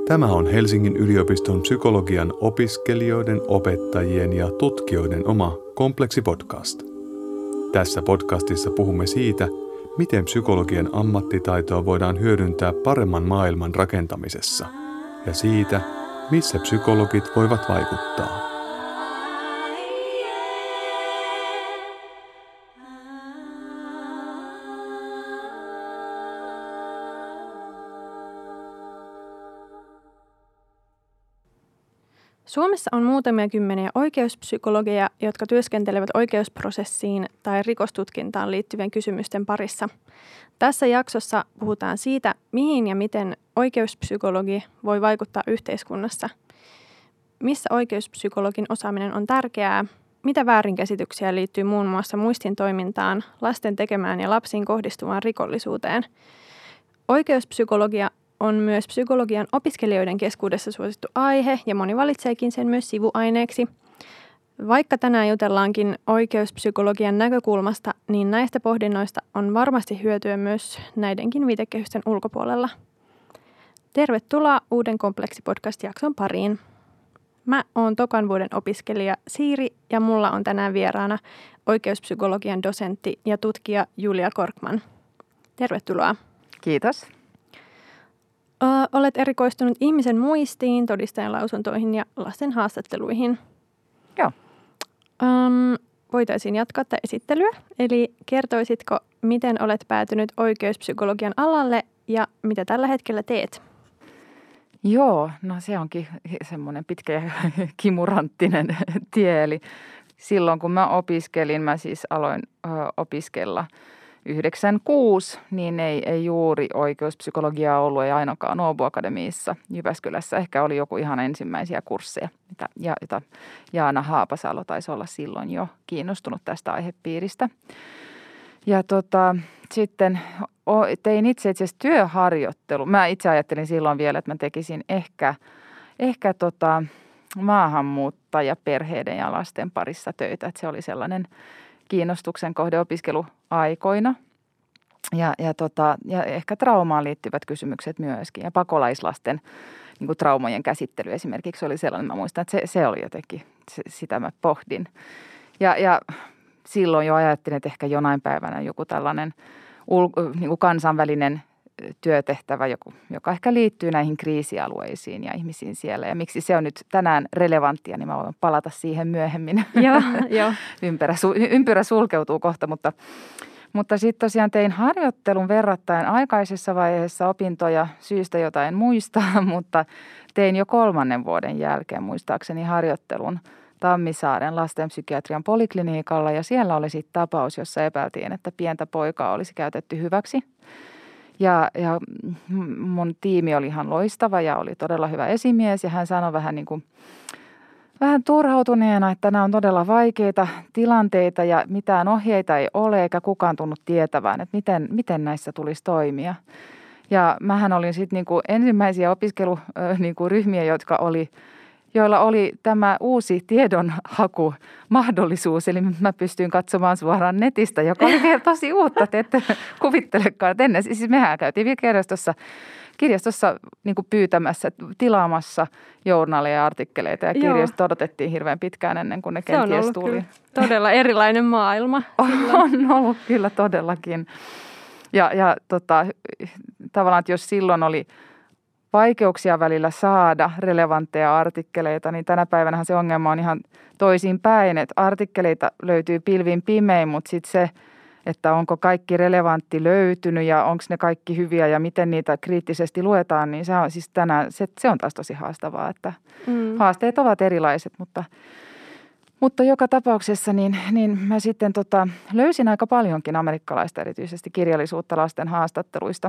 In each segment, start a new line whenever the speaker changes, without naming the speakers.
Tämä on Helsingin yliopiston psykologian opiskelijoiden, opettajien ja tutkijoiden oma Kompleksi-podcast. Tässä podcastissa puhumme siitä, miten psykologian ammattitaitoa voidaan hyödyntää paremman maailman rakentamisessa ja siitä, missä psykologit voivat vaikuttaa.
Suomessa on muutamia kymmeniä oikeuspsykologeja, jotka työskentelevät oikeusprosessiin tai rikostutkintaan liittyvien kysymysten parissa. Tässä jaksossa puhutaan siitä, mihin ja miten oikeuspsykologi voi vaikuttaa yhteiskunnassa. Missä oikeuspsykologin osaaminen on tärkeää, mitä väärinkäsityksiä liittyy muun muassa muistin toimintaan, lasten tekemään ja lapsiin kohdistuvaan rikollisuuteen. Oikeuspsykologia on myös psykologian opiskelijoiden keskuudessa suosittu aihe ja moni valitseekin sen myös sivuaineeksi. Vaikka tänään jutellaankin oikeuspsykologian näkökulmasta, niin näistä pohdinnoista on varmasti hyötyä myös näidenkin viitekehysten ulkopuolella. Tervetuloa uuden Kompleksi-podcast-jakson pariin. Mä oon tokan vuoden opiskelija Siiri ja mulla on tänään vieraana oikeuspsykologian dosentti ja tutkija Julia Korkman. Tervetuloa.
Kiitos.
Olet erikoistunut ihmisen muistiin, todistajan lausuntoihin ja lasten haastatteluihin.
Joo.
Voitaisiin jatkaa tätä esittelyä. Eli kertoisitko, miten olet päätynyt oikeuspsykologian alalle ja mitä tällä hetkellä teet?
Joo, no se onkin semmoinen pitkä ja kimuranttinen tie. Eli silloin kun mä opiskelin, mä siis aloin opiskella 96, niin ei juuri oikeuspsykologiaa ollut, ei ainakaan Åbo Akademiissa Jyväskylässä. Ehkä oli joku ihan ensimmäisiä kursseja, jota Jaana Haapasalo taisi olla silloin jo kiinnostunut tästä aihepiiristä. Ja sitten tein itse asiassa työharjoittelu. Mä itse ajattelin silloin vielä, että mä tekisin ehkä maahanmuuttajaperheiden ja lasten parissa töitä. Että se oli sellainen kiinnostuksen kohde opiskeluaikoina ja ehkä traumaan liittyvät kysymykset myöskin. Ja pakolaislasten niin kuin traumojen käsittely esimerkiksi oli sellainen, mä muistan, että se oli jotenkin, sitä mä pohdin. Ja silloin jo ajattelin, että ehkä jonain päivänä joku tällainen niin kuin kansainvälinen työtehtävä, joka ehkä liittyy näihin kriisialueisiin ja ihmisiin siellä. Ja miksi se on nyt tänään relevanttia, niin mä voin palata siihen myöhemmin.
Joo.
Ympyrä sulkeutuu kohta, mutta sitten tosiaan tein harjoittelun verrattain aikaisessa vaiheessa opintoja syystä, jota en muista, mutta tein jo 3. vuoden jälkeen muistaakseni harjoittelun Tammisaaren lastenpsykiatrian polikliniikalla. Ja siellä oli sitten tapaus, jossa epäiltiin, että pientä poikaa olisi käytetty hyväksi. Ja mun tiimi oli ihan loistava ja oli todella hyvä esimies ja hän sanoi vähän turhautuneena, että nämä on todella vaikeita tilanteita ja mitään ohjeita ei ole eikä kukaan tunnu tietävän, että miten näissä tulisi toimia. Ja mähän olin sitten ensimmäisiä opiskeluryhmiä, joilla oli tämä uusi tiedonhakumahdollisuus. Eli mä pystyin katsomaan suoraan netistä, joka oli vielä tosi uutta, te ette kuvittelekaan. Että ennen, siis mehän käytiin vielä kirjastossa pyytämässä, tilaamassa journaaleja ja artikkeleita. Ja kirjasto odotettiin hirveän pitkään ennen kuin ne kenties tuli.
Se on ollut todella erilainen maailma.
On ollut kyllä todellakin. Ja tavallaan, että jos silloin oli vaikeuksia välillä saada relevantteja artikkeleita, niin tänä päivänä se ongelma on ihan toisinpäin, että artikkeleita löytyy pilvin pimein, mutta sitten se, että onko kaikki relevantti löytynyt ja onko ne kaikki hyviä ja miten niitä kriittisesti luetaan, niin se on siis tänään, se on taas tosi haastavaa, että haasteet ovat erilaiset, mutta joka tapauksessa niin mä sitten löysin aika paljonkin amerikkalaista erityisesti kirjallisuutta lasten haastatteluista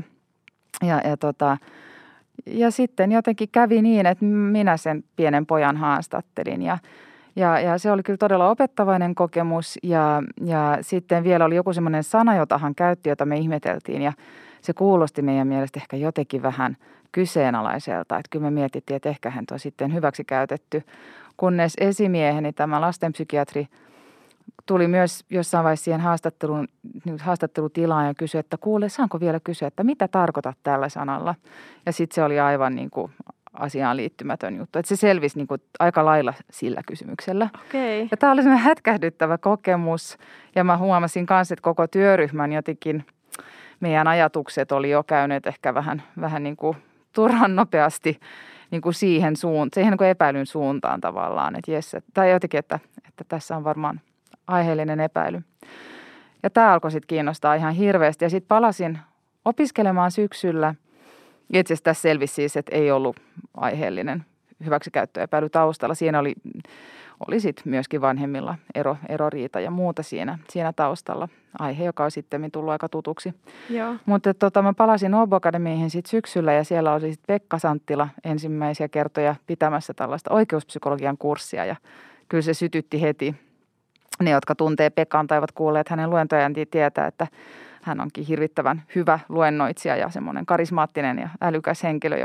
ja sitten jotenkin kävi niin, että minä sen pienen pojan haastattelin ja se oli kyllä todella opettavainen kokemus ja sitten vielä oli joku semmoinen sana, jota hän käytti, jota me ihmeteltiin ja se kuulosti meidän mielestä ehkä jotenkin vähän kyseenalaiselta. Että kyllä me mietittiin, että ehkä hän on sitten hyväksi käytetty, kunnes esimieheni tämä lastenpsykiatri tuli myös jossain vaiheessa siihen haastattelutilaan ja kysyi, että kuule, saanko vielä kysyä, että mitä tarkoitat tällä sanalla? Ja sitten se oli aivan asiaan liittymätön juttu. Että se selvisi niin kuin aika lailla sillä kysymyksellä.
Okei.
Ja tämä oli semmoinen hätkähdyttävä kokemus. Ja mä huomasin kanssa, että koko työryhmän jotenkin meidän ajatukset oli jo käyneet ehkä vähän niin kuin turhan nopeasti niin kuin siihen niin kuin epäilyn suuntaan tavallaan. Että jes, tai jotenkin, että tässä on varmaan aiheellinen epäily. Ja tämä alkoi sitten kiinnostaa ihan hirveästi. Ja sitten palasin opiskelemaan syksyllä. Itse asiassa tässä selvisi siis, että ei ollut aiheellinen hyväksikäyttöepäily taustalla. Siinä oli sitten myöskin vanhemmilla eroriita ja muuta siinä taustalla. Aihe, joka on sitten tullut aika tutuksi.
Joo.
Mutta mä palasin Åbo Akademiihin sitten syksyllä ja siellä oli sitten Pekka Santtila ensimmäisiä kertoja pitämässä tällaista oikeuspsykologian kurssia. Ja kyllä se sytytti heti. Ne, jotka tuntee Pekan tai ovat kuulleet hänen luentojaan, tietää, että hän onkin hirvittävän hyvä luennoitsija ja semmoinen karismaattinen ja älykäs henkilö,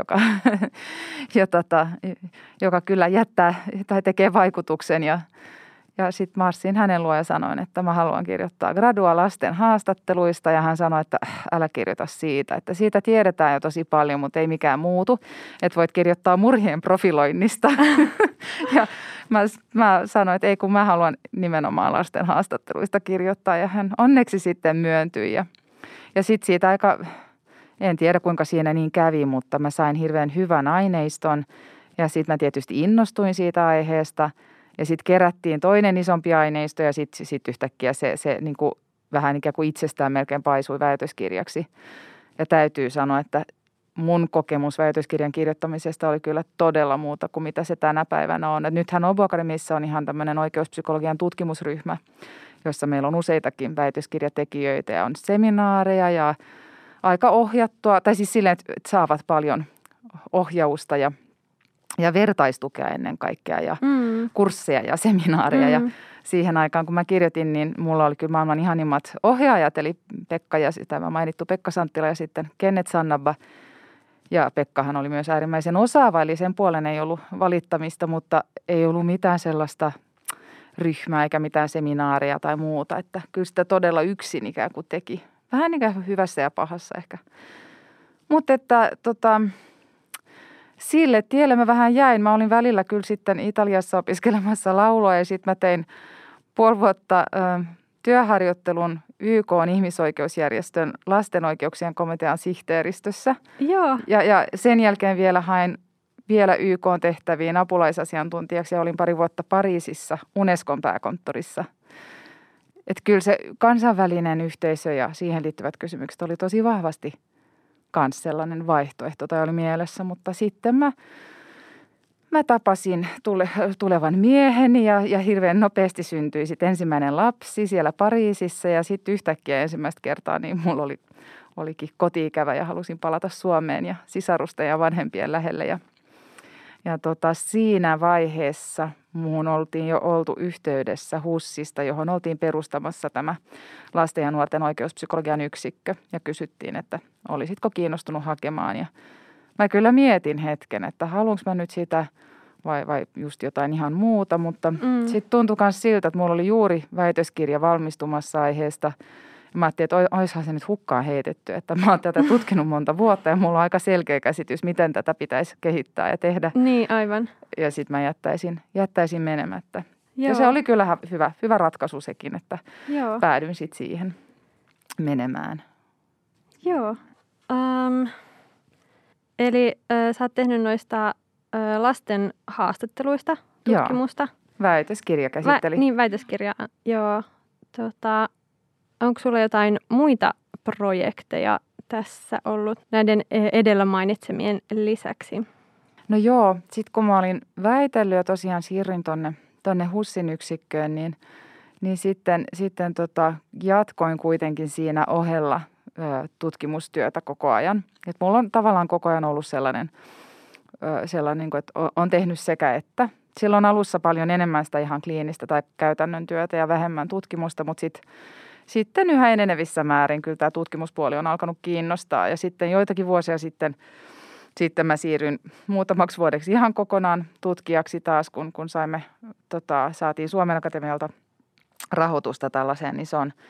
joka kyllä jättää tai tekee vaikutuksen. Ja sitten marssin hänen luo ja sanoin, että mä haluan kirjoittaa gradua lasten haastatteluista. Ja hän sanoi, että älä kirjoita siitä, että siitä tiedetään jo tosi paljon, mutta ei mikään muutu. Että voit kirjoittaa murhien profiloinnista. Ja mä sanoin, että ei kun mä haluan nimenomaan lasten haastatteluista kirjoittaa ja hän onneksi sitten myöntyi. Ja sitten siitä en tiedä kuinka siinä niin kävi, mutta mä sain hirveän hyvän aineiston ja sitten mä tietysti innostuin siitä aiheesta. Ja sitten kerättiin toinen isompi aineisto ja sitten yhtäkkiä se niin kuin vähän ikään kuin itsestään melkein paisui väitöskirjaksi. Ja täytyy sanoa, että mun kokemus väitöskirjan kirjoittamisesta oli kyllä todella muuta kuin mitä se tänä päivänä on. Et nythän Åbo Akademiassa on ihan tämmöinen oikeuspsykologian tutkimusryhmä, jossa meillä on useitakin väitöskirjatekijöitä ja on seminaareja ja aika ohjattua, tai siis silleen, että saavat paljon ohjausta ja vertaistukea ennen kaikkea ja kursseja ja seminaareja. Ja siihen aikaan, kun mä kirjoitin, niin mulla oli kyllä maailman ihanimmat ohjaajat, eli Pekka ja tämä mainittu Pekka Santtila ja sitten Kenneth Sannabba. Ja Pekkahan oli myös äärimmäisen osaava, eli sen puolen ei ollut valittamista, mutta ei ollut mitään sellaista ryhmää eikä mitään seminaaria tai muuta. Että kyllä sitä todella yksin ikään kuin teki. Vähän ikään kuin hyvässä ja pahassa ehkä. Mutta että sille tielle mä vähän jäin. Mä olin välillä kyllä sitten Italiassa opiskelemassa laulua ja sitten mä tein puoli vuotta työharjoittelun YK:n ihmisoikeusjärjestön lasten oikeuksien komitean sihteeristössä.
Joo.
Ja sen jälkeen vielä hain vielä YK:n tehtäviin apulaisasiantuntijaksi ja olin pari vuotta Pariisissa Unescon pääkonttorissa. Että kyllä se kansainvälinen yhteisö ja siihen liittyvät kysymykset oli tosi vahvasti kans sellainen vaihtoehto tai oli mielessä, mutta sitten mä tapasin tulevan mieheni ja hirveän nopeasti syntyi sitten ensimmäinen lapsi siellä Pariisissa ja sitten yhtäkkiä ensimmäistä kertaa niin mulla olikin koti-ikävä ja halusin palata Suomeen ja sisarusten ja vanhempien lähelle ja siinä vaiheessa muuhun oltiin jo oltu yhteydessä HUSista, johon oltiin perustamassa tämä lasten ja nuorten oikeuspsykologian yksikkö ja kysyttiin, että olisitko kiinnostunut hakemaan ja mä kyllä mietin hetken, että haluanko mä nyt sitä vai just jotain ihan muuta, mutta sitten tuntui myös siltä, että mulla oli juuri väitöskirja valmistumassa aiheesta. Mä ajattelin, että oishan se nyt hukkaan heitetty, että mä oon tätä tutkinut monta vuotta ja mulla on aika selkeä käsitys, miten tätä pitäisi kehittää ja tehdä.
Niin, aivan.
Ja sitten mä jättäisin menemättä.
Joo.
Ja se oli kyllä hyvä ratkaisu sekin, että
Joo.
päädyin sitten siihen menemään.
Joo. Eli sä oot tehnyt noista lasten haastatteluista tutkimusta.
Joo. Väitöskirja käsitteli.
Niin, väitöskirja. Joo. Onko sulla jotain muita projekteja tässä ollut näiden edellä mainitsemien lisäksi?
No joo, sitten kun mä olin väitellyt ja tosiaan siirryin tonne HUSin yksikköön, niin sitten jatkoin kuitenkin siinä ohella tutkimustyötä koko ajan. Et mulla on tavallaan koko ajan ollut sellainen että on tehnyt sekä että. Silloin alussa paljon enemmän sitä ihan kliinistä tai käytännön työtä ja vähemmän tutkimusta, mutta sitten yhä enenevissä määrin kyllä tämä tutkimuspuoli on alkanut kiinnostaa. Ja sitten joitakin vuosia sitten mä siirryin muutamaksi vuodeksi ihan kokonaan tutkijaksi taas, kun saatiin Suomen Akatemialta rahoitusta tällaiseen isoon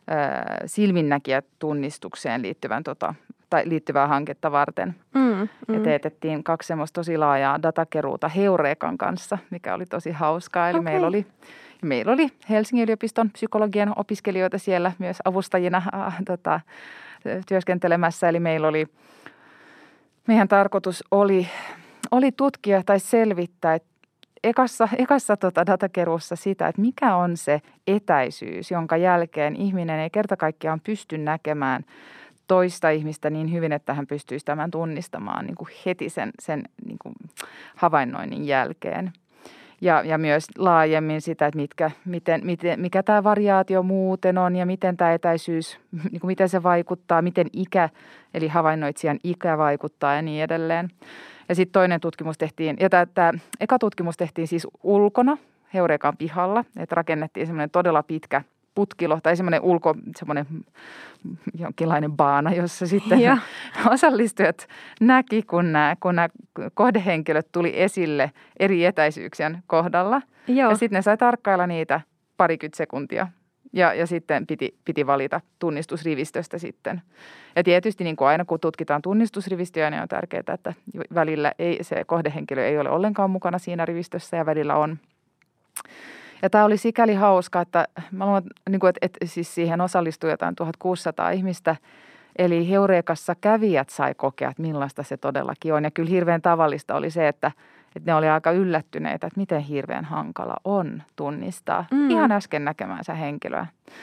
silminnäkijätunnistukseen liittyvää hanketta varten. Ja teetettiin 2 semmoista tosi laajaa datakeruuta Heurekan kanssa, mikä oli tosi hauskaa. Eli meillä oli Helsingin yliopiston psykologian opiskelijoita siellä myös avustajina työskentelemässä. Eli meidän tarkoitus oli tutkia tai selvittää, että ekassa datakeruussa sitä, että mikä on se etäisyys, jonka jälkeen ihminen ei kerta kaikkiaan pysty näkemään toista ihmistä niin hyvin, että hän pystyisi tämän tunnistamaan niin kuin heti sen niin kuin havainnoinnin jälkeen. Ja myös laajemmin sitä, että mikä tämä variaatio muuten on ja miten tämä etäisyys, niin kuin miten se vaikuttaa, miten ikä, eli havainnoitsijan ikä vaikuttaa ja niin edelleen. Ja sitten toinen tutkimus tehtiin, ja tämä eka tutkimus tehtiin siis ulkona Heurekan pihalla, että rakennettiin semmoinen todella pitkä putkilo tai semmoinen jonkinlainen baana, jossa sitten osallistujat näki, kun nämä kohdehenkilöt tuli esille eri etäisyyksien kohdalla. Joo. Ja sitten ne sai tarkkailla niitä 20 sekuntia ja sitten piti valita tunnistusrivistöstä sitten. Ja tietysti niin kuin aina kun tutkitaan tunnistusrivistöjä, niin on tärkeää, että välillä se kohdehenkilö ei ole ollenkaan mukana siinä rivistössä ja välillä on. Ja tämä oli sikäli hauska, että mä luulen, että siis siihen osallistui jotain 1600 ihmistä. Eli Heurekassa kävijät sai kokea, että millaista se todellakin on. Ja kyllä hirveän tavallista oli se, että ne oli aika yllättyneitä, että miten hirveän hankala on tunnistaa ihan äsken näkemänsä henkilöä.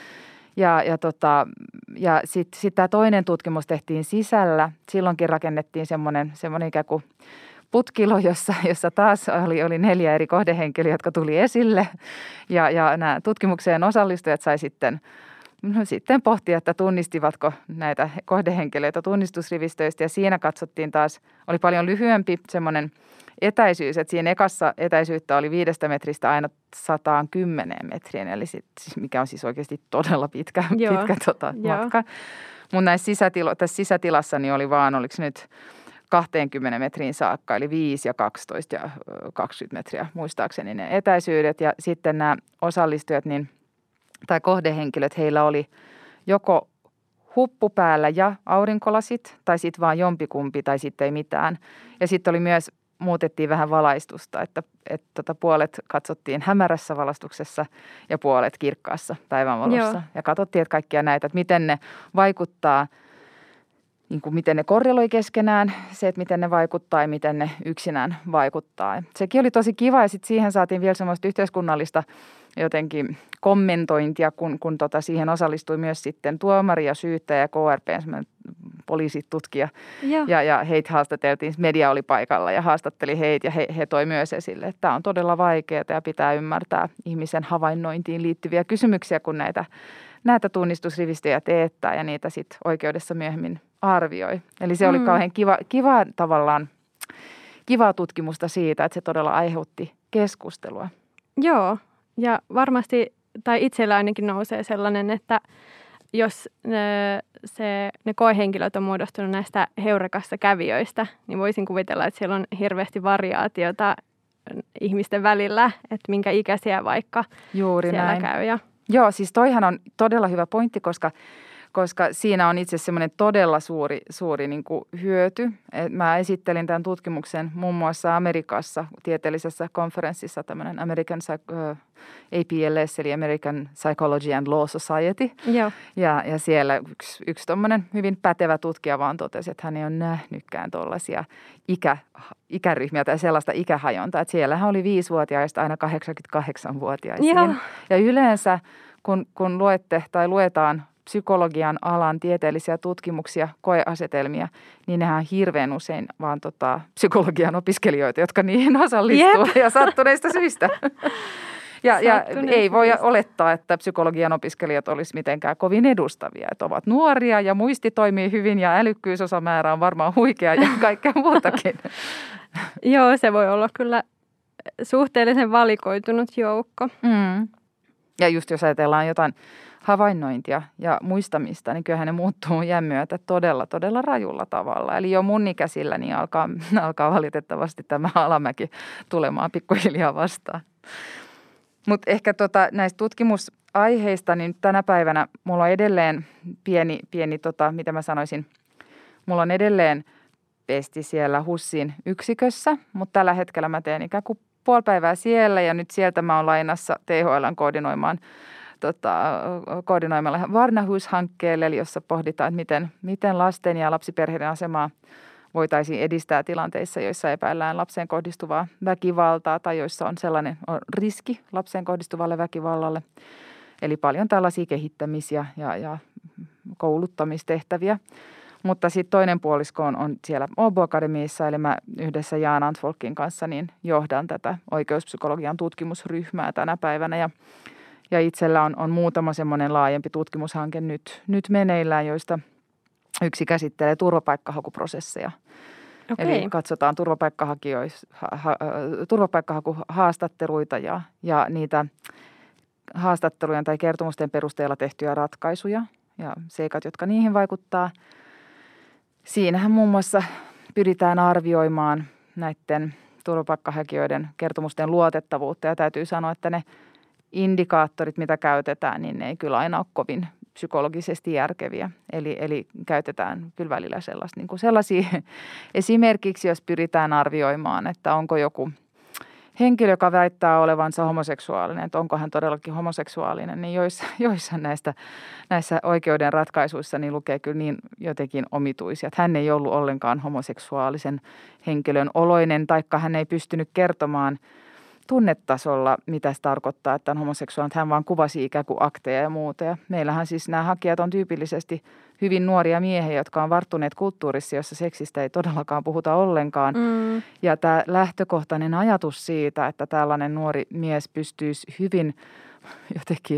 Ja sitten tämä toinen tutkimus tehtiin sisällä. Silloinkin rakennettiin semmoinen ikään kuin putkilo, jossa taas oli 4 eri kohdehenkilöä, jotka tuli esille. Ja nämä tutkimukseen osallistujat sai sitten pohtia, että tunnistivatko näitä kohdehenkilöitä tunnistusrivistöistä. Ja siinä katsottiin taas, oli paljon lyhyempi semmoinen etäisyys, että siinä ekassa etäisyyttä oli 5 metristä aina 110 metriin, eli mikä on siis oikeasti todella pitkä matka. Mutta näissä sisätilassa niin oli vaan, oliko nyt 20 metriin saakka, eli 5 ja 12 ja 20 metriä muistaakseni ne etäisyydet. Ja sitten nämä osallistujat tai kohdehenkilöt, heillä oli joko huppu päällä ja aurinkolasit, tai sitten vaan jompikumpi, tai sitten ei mitään. Ja sitten muutettiin vähän valaistusta, että puolet katsottiin hämärässä valaistuksessa ja puolet kirkkaassa päivänvalossa. Joo. Ja katsottiin, että kaikkia näitä, että miten ne vaikuttaa, niin kuin miten ne korreloi keskenään, se, että miten ne vaikuttaa ja miten ne yksinään vaikuttaa. Sekin oli tosi kiva ja sitten siihen saatiin vielä semmoista yhteiskunnallista jotenkin kommentointia, kun siihen osallistui myös sitten tuomari ja syyttäjä ja KRP, semmoinen poliisitutkija. Ja heitä haastateltiin, media oli paikalla ja haastatteli heitä ja he toi myös esille, että tämä on todella vaikeaa ja pitää ymmärtää ihmisen havainnointiin liittyviä kysymyksiä, kun näitä tunnistusrivistöjä teettää ja niitä sitten oikeudessa myöhemmin arvioi. Eli se oli kauhean kivaa tutkimusta siitä, että se todella aiheutti keskustelua.
Joo, ja varmasti, tai itsellä ainakin nousee sellainen, että jos ne koehenkilöt on muodostunut näistä Heurekassa kävijöistä, niin voisin kuvitella, että siellä on hirveästi variaatiota ihmisten välillä, että minkä ikäisiä vaikka
juuri
siellä
näin
käy.
Joo, siis toihan on todella hyvä pointti, koska siinä on itse semmoinen todella suuri niin kuin hyöty. Mä esittelin tämän tutkimuksen muun muassa Amerikassa tieteellisessä konferenssissa, tämmöinen American APLS eli American Psychology and Law Society.
Joo.
Ja siellä yksi tommoinen hyvin pätevä tutkija vaan totesi, että hän ei ole nähnytkään tuollaisia ikäryhmiä tai sellaista ikähajontaa. Että siellähän oli 5-vuotiaista aina 88-vuotiaisiin. Joo. Ja yleensä kun luetaan psykologian alan tieteellisiä tutkimuksia, koeasetelmia, niin nehän on hirveän usein vaan psykologian opiskelijoita, jotka niihin osallistuu ja sattuneista syistä. Ja ei voi olettaa, että psykologian opiskelijat olisi mitenkään kovin edustavia, että ovat nuoria ja muisti toimii hyvin ja älykkyysosamäärä on varmaan huikea ja kaikkea muutakin.
Joo, se voi olla kyllä suhteellisen valikoitunut joukko.
Ja just jos ajatellaan jotain havainnointia ja muistamista, niin kyllähän ne muuttuu iän myötä todella, todella rajulla tavalla. Eli jo mun ikäisillä niin alkaa valitettavasti tämä alamäki tulemaan pikkuhiljaa vastaan. Mutta ehkä näistä aiheista, niin tänä päivänä mulla on edelleen pieni mitä mä sanoisin, mulla on edelleen pesti siellä HUSin yksikössä, mutta tällä hetkellä mä teen ikään kuin puoli päivää siellä ja nyt sieltä mä oon lainassa THL:n koordinoimalle Varnahus-hankkeelle, eli jossa pohditaan, että miten lasten ja lapsiperheiden asemaa voitaisiin edistää tilanteissa, joissa epäillään lapseen kohdistuvaa väkivaltaa tai joissa on sellainen riski lapseen kohdistuvalle väkivallalle. Eli paljon tällaisia kehittämis- ja kouluttamistehtäviä. Mutta sitten toinen puolisko on siellä Åbo Akademiassa, eli mä yhdessä Jan Antfolkin kanssa niin johdan tätä oikeuspsykologian tutkimusryhmää tänä päivänä. Ja itsellä on muutama semmoinen laajempi tutkimushanke nyt meneillään, joista yksi käsittelee turvapaikkahakuprosesseja.
Okei.
Eli katsotaan turvapaikkahakuhaastatteluita ja niitä haastattelujen tai kertomusten perusteella tehtyjä ratkaisuja ja seikat, jotka niihin vaikuttaa. Siinähän muun muassa pyritään arvioimaan näiden turvapaikkahakijoiden kertomusten luotettavuutta ja täytyy sanoa, että ne indikaattorit, mitä käytetään, niin ne ei kyllä aina ole kovin psykologisesti järkeviä. Eli käytetään kyllä välillä sellaisia esimerkiksi, jos pyritään arvioimaan, että onko joku henkilö, joka väittää olevansa homoseksuaalinen, että onko hän todellakin homoseksuaalinen, niin joissain näissä oikeuden ratkaisuissa niin lukee kyllä niin jotenkin omituisia, että hän ei ollut ollenkaan homoseksuaalisen henkilön oloinen, taikka hän ei pystynyt kertomaan tunnetasolla, mitä se tarkoittaa, että on homoseksuaalinen, että hän vaan kuvasi ikään kuin akteja ja muuta. Ja meillähän siis nämä hakijat on tyypillisesti hyvin nuoria miehiä, jotka on varttuneet kulttuurissa, jossa seksistä ei todellakaan puhuta ollenkaan. Ja tämä lähtökohtainen ajatus siitä, että tällainen nuori mies pystyisi hyvin jotenkin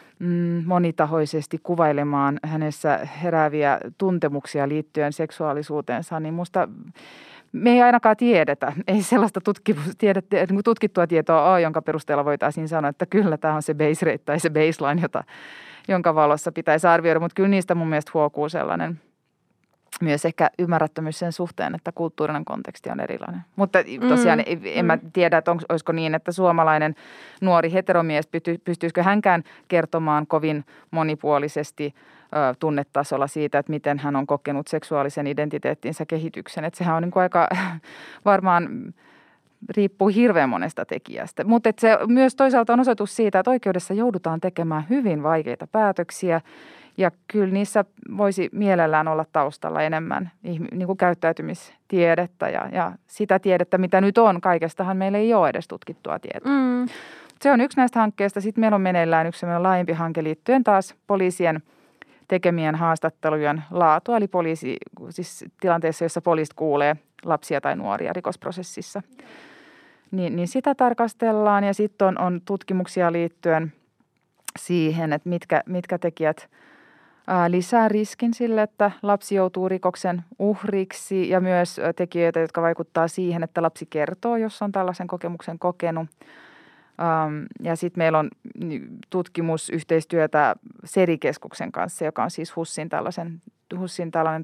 monitahoisesti kuvailemaan hänessä herääviä tuntemuksia liittyen seksuaalisuuteensa, niin musta me ei ainakaan tiedetä. Ei sellaista tutkittua tietoa ole, jonka perusteella voitaisiin sanoa, että kyllä tämä on se base rate tai se baseline, jonka valossa pitäisi arvioida. Mutta kyllä niistä mun mielestä huokuu sellainen myös ehkä ymmärrättömyys sen suhteen, että kulttuurinen konteksti on erilainen. Mutta tosiaan en mä tiedä, että olisiko niin, että suomalainen nuori heteromies, pystyisikö hänkään kertomaan kovin monipuolisesti tunnetasolla siitä, että miten hän on kokenut seksuaalisen identiteettinsä kehityksen. Että sehän on niin kuin aika varmaan riippuu hirveän monesta tekijästä. Mutta se myös toisaalta on osoitus siitä, että oikeudessa joudutaan tekemään hyvin vaikeita päätöksiä. Ja kyllä niissä voisi mielellään olla taustalla enemmän niin kuin käyttäytymistiedettä ja sitä tiedettä, mitä nyt on. Kaikestahan meillä ei ole edes tutkittua tietoa. Se on yksi näistä hankkeista. Sitten meillä on meneillään yksi laajempi hanke liittyen taas poliisien tekemien haastattelujen laatua. Eli siis tilanteessa, jossa poliisit kuulee lapsia tai nuoria rikosprosessissa. Niin sitä tarkastellaan ja sitten on tutkimuksia liittyen siihen, että mitkä tekijät lisää riskin sille, että lapsi joutuu rikoksen uhriksi ja myös tekijöitä, jotka vaikuttaa siihen, että lapsi kertoo, jos on tällaisen kokemuksen kokenut. Ja sitten meillä on tutkimusyhteistyötä SERI-keskuksen kanssa, joka on siis HUSin tällainen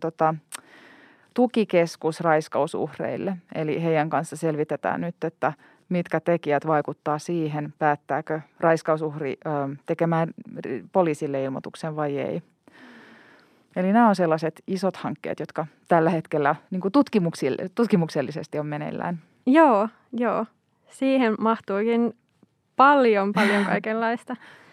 tukikeskus raiskausuhreille. Eli heidän kanssa selvitetään nyt, että mitkä tekijät vaikuttaa siihen, päättääkö raiskausuhri tekemään poliisille ilmoituksen vai ei. Eli nämä on sellaiset isot hankkeet, jotka tällä hetkellä niin kuin tutkimuksellisesti on meneillään.
Joo. Siihen mahtuukin paljon kaikenlaista.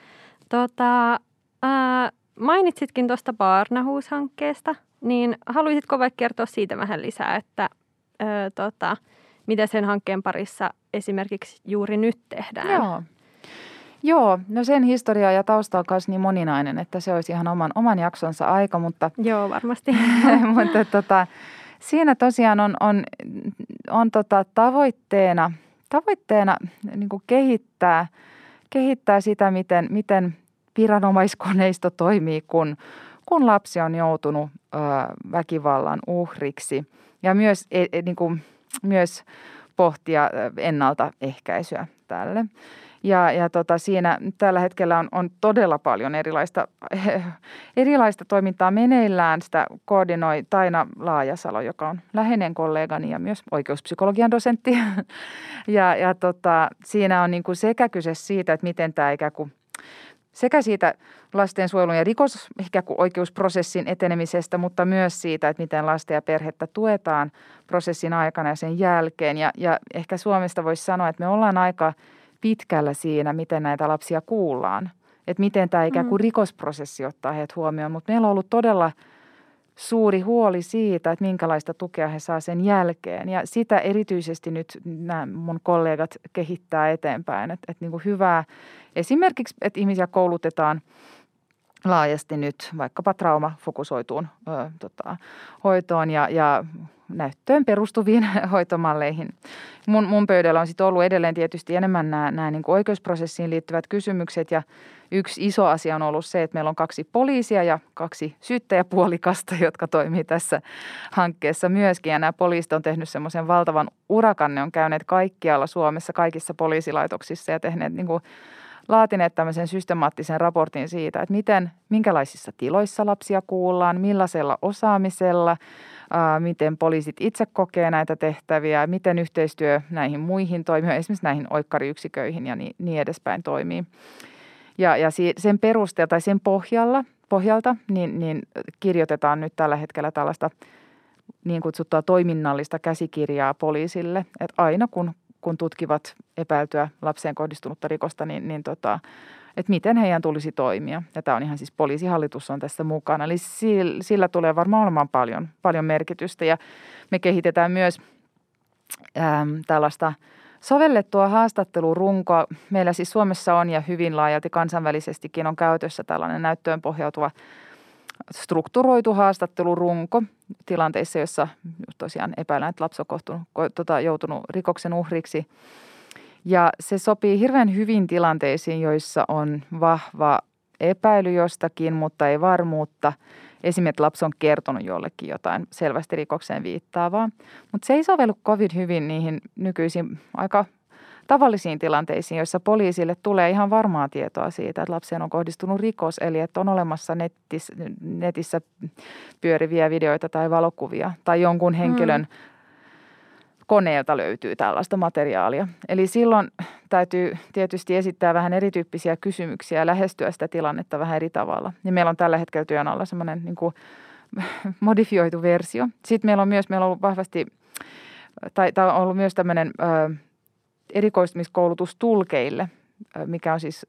Mainitsitkin tuosta Barnahus-hankkeesta, niin haluaisitko vaikka kertoa siitä vähän lisää, että mitä sen hankkeen parissa esimerkiksi juuri nyt tehdään?
Joo, no sen historia ja tausta on myös niin moninainen, että se olisi ihan oman jaksonsa aika, mutta
joo, varmasti.
mutta siinä tosiaan on tavoitteena niin kuin kehittää sitä, miten viranomaiskoneisto toimii, kun lapsi on joutunut väkivallan uhriksi ja myös pohtia ennaltaehkäisyä tälle. Ja siinä tällä hetkellä on todella paljon erilaista toimintaa meneillään. Sitä koordinoi Taina Laajasalo, joka on läheinen kollegani ja myös oikeuspsykologian dosentti. Ja siinä on niin kuin sekä kyse siitä, että miten tämä ikään kuin sekä siitä lastensuojelun ja oikeusprosessin etenemisestä, mutta myös siitä, että miten lasten ja perhettä tuetaan prosessin aikana ja sen jälkeen. Ja ehkä Suomesta voisi sanoa, että me ollaan aika pitkällä siinä, miten näitä lapsia kuullaan. Että miten tämä ikään kuin rikosprosessi ottaa heidät huomioon. Mutta meillä on ollut todella suuri huoli siitä, että minkälaista tukea he saa sen jälkeen. Ja sitä erityisesti nyt nämä mun kollegat kehittää eteenpäin. Että niin kuin hyvää esimerkiksi, että ihmisiä koulutetaan laajasti nyt vaikkapa traumafokusoituun hoitoon ja näyttöön perustuviin hoitomalleihin. Mun pöydällä on sitten ollut edelleen tietysti enemmän nämä niin kuin oikeusprosessiin liittyvät kysymykset ja yksi iso asia on ollut se, että meillä on 2 poliisia ja 2 syyttäjäpuolikasta, jotka toimii tässä hankkeessa myöskin. Ja nämä poliisit on tehnyt semmoisen valtavan urakan, ne on käyneet kaikkialla Suomessa, kaikissa poliisilaitoksissa ja tehneet niin kuin laatineet tämmöisen systemaattisen raportin siitä, että minkälaisissa tiloissa lapsia kuullaan, millaisella osaamisella, miten poliisit itse kokee näitä tehtäviä, miten yhteistyö näihin muihin toimijoihin, esimerkiksi näihin oikkariyksiköihin ja niin edespäin toimii. Ja sen perusteella tai sen pohjalta niin kirjoitetaan nyt tällä hetkellä tällaista niin kutsuttua toiminnallista käsikirjaa poliisille, että aina kun tutkivat epäiltyä lapseen kohdistunutta rikosta, että miten heidän tulisi toimia. Ja tämä on ihan siis poliisihallitus on tässä mukana. Eli sillä tulee varmaan olemaan paljon merkitystä. Ja me kehitetään myös tällaista sovellettua haastattelurunkoa. Meillä siis Suomessa on ja hyvin laajalti kansainvälisestikin on käytössä tällainen näyttöön pohjautuva strukturoitu haastattelurunko tilanteissa, joissa tosiaan epäillään, että lapsi on joutunut rikoksen uhriksi. Ja se sopii hirveän hyvin tilanteisiin, joissa on vahva epäily jostakin, mutta ei varmuutta. Esimerkiksi lapsi on kertonut jollekin jotain selvästi rikokseen viittaavaa. Mutta se ei sovellu kovin hyvin niihin nykyisiin aika tavallisiin tilanteisiin, joissa poliisille tulee ihan varmaa tietoa siitä, että lapseen on kohdistunut rikos, eli että on olemassa netissä pyöriviä videoita tai valokuvia tai jonkun henkilön koneelta löytyy tällaista materiaalia. Eli silloin täytyy tietysti esittää vähän erityyppisiä kysymyksiä ja lähestyä sitä tilannetta vähän eri tavalla. Ja meillä on tällä hetkellä työn alla semmoinen niin kuin modifioitu versio. Sitten meillä on ollut vahvasti, tai on ollut myös tämmöinen erikoistumiskoulutus tulkeille, mikä on siis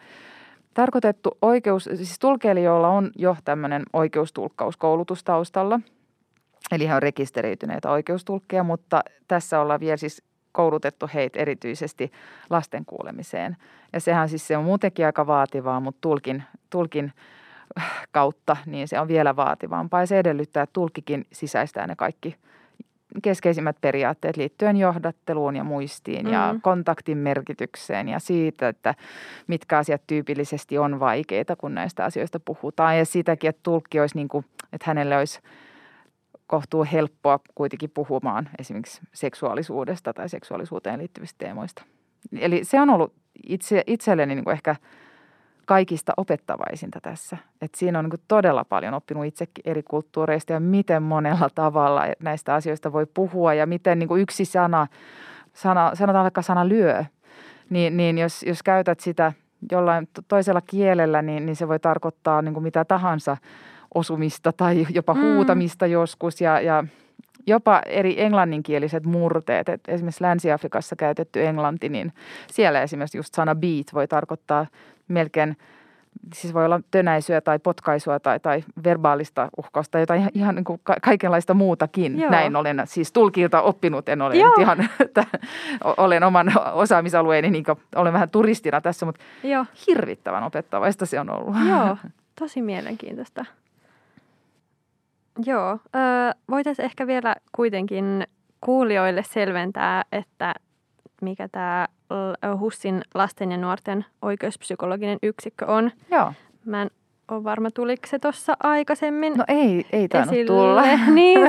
tarkoitettu siis tulkeille, joilla on jo tämmöinen oikeustulkkauskoulutus taustalla. Eli he on rekisteröityneitä oikeustulkkeja, mutta tässä ollaan vielä siis koulutettu heitä erityisesti lasten kuulemiseen. Ja sehän siis se on muutenkin aika vaativaa, mutta tulkin kautta niin se on vielä vaativampaa. Ja se edellyttää, että tulkkikin sisäistää ne kaikki keskeisimmät periaatteet liittyen johdatteluun ja muistiin ja kontaktin merkitykseen ja siitä, että mitkä asiat tyypillisesti on vaikeita, kun näistä asioista puhutaan. Ja sitäkin, että tulkki olisi niin kuin, että hänelle olisi kohtuu helppoa kuitenkin puhumaan esimerkiksi seksuaalisuudesta tai seksuaalisuuteen liittyvistä teemoista. Eli se on ollut itselleni niin kuin ehkä kaikista opettavaisinta tässä. Että siinä on niin kuin todella paljon oppinut itsekin eri kulttuureista ja miten monella tavalla näistä asioista voi puhua ja miten niin kuin yksi sanotaan vaikka sana lyö, niin jos käytät sitä jollain toisella kielellä, niin se voi tarkoittaa niin kuin mitä tahansa osumista tai jopa huutamista joskus ja jopa eri englanninkieliset murteet. Et esimerkiksi Länsi-Afrikassa käytetty englanti, niin siellä esimerkiksi just sana beat voi tarkoittaa melkein, siis voi olla tönäisyä tai potkaisua tai verbaalista uhkausta, jotain ihan niin kuin kaikenlaista muutakin. Joo. Näin olen siis tulkilta oppinut, en ole nyt ihan, että olen oman osaamisalueeni, niin olen vähän turistina tässä, mutta hirvittävän opettavaista se on ollut.
Joo, tosi mielenkiintoista. Joo, voitaisiin ehkä vielä kuitenkin kuulijoille selventää, että mikä tämä HUSin lasten ja nuorten oikeuspsykologinen yksikkö on.
Joo.
Mä en ole varma, tuliko se tuossa aikaisemmin.
No ei tainnut tulla.
Niin,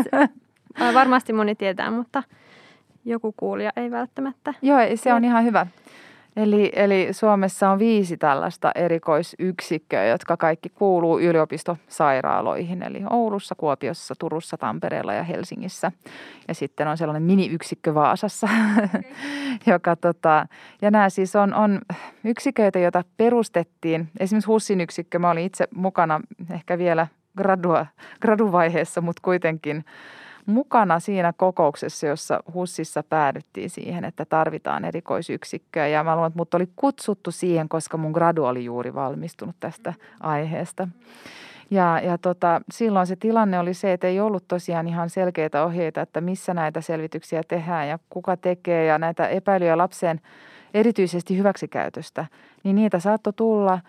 varmasti moni tietää, mutta joku kuulija ei välttämättä.
Joo, se on ihan hyvä. Eli Suomessa on 5 tällaista erikoisyksikköä, jotka kaikki kuuluu yliopistosairaaloihin. Eli Oulussa, Kuopiossa, Turussa, Tampereella ja Helsingissä. Ja sitten on sellainen mini-yksikkö Vaasassa, joka ja nämä siis on yksiköitä, joita perustettiin. Esimerkiksi HUSin yksikkö, mä olin itse mukana ehkä vielä graduvaiheessa, mutta kuitenkin mukana siinä kokouksessa, jossa HUSissa päädyttiin siihen, että tarvitaan erikoisyksikköä. Ja mä luulen, että mut oli kutsuttu siihen, koska mun gradu oli juuri valmistunut tästä aiheesta. Ja silloin se tilanne oli se, että ei ollut tosiaan ihan selkeitä ohjeita, että missä näitä selvityksiä tehdään ja kuka tekee. Ja näitä epäilyjä lapsen erityisesti hyväksikäytöstä, niin niitä saattoi tulla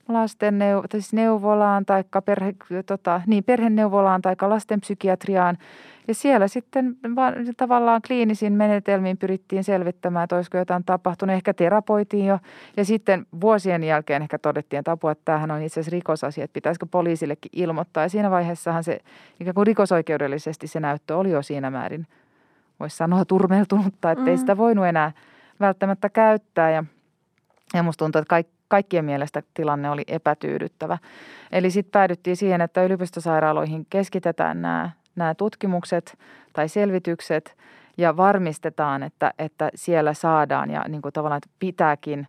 neuvolaan tai perheneuvolaan tai lastenpsykiatriaan. Ja siellä sitten tavallaan kliinisin menetelmin pyrittiin selvittämään, että olisiko jotain tapahtunut. Ehkä terapoitiin jo. Ja sitten vuosien jälkeen ehkä todettiin, että apua, että tämähän on itse asiassa rikosasia, että pitäisikö poliisillekin ilmoittaa. Ja siinä vaiheessahan se ikään kuin rikosoikeudellisesti se näyttö oli jo siinä määrin, voisi sanoa, turmeltunutta, että ei sitä voinut enää välttämättä käyttää. Ja musta tuntuu, että kaikkien mielestä tilanne oli epätyydyttävä. Eli sitten päädyttiin siihen, että yliopistosairaaloihin keskitetään nämä tutkimukset tai selvitykset ja varmistetaan, että siellä saadaan ja niin kuin tavallaan että pitääkin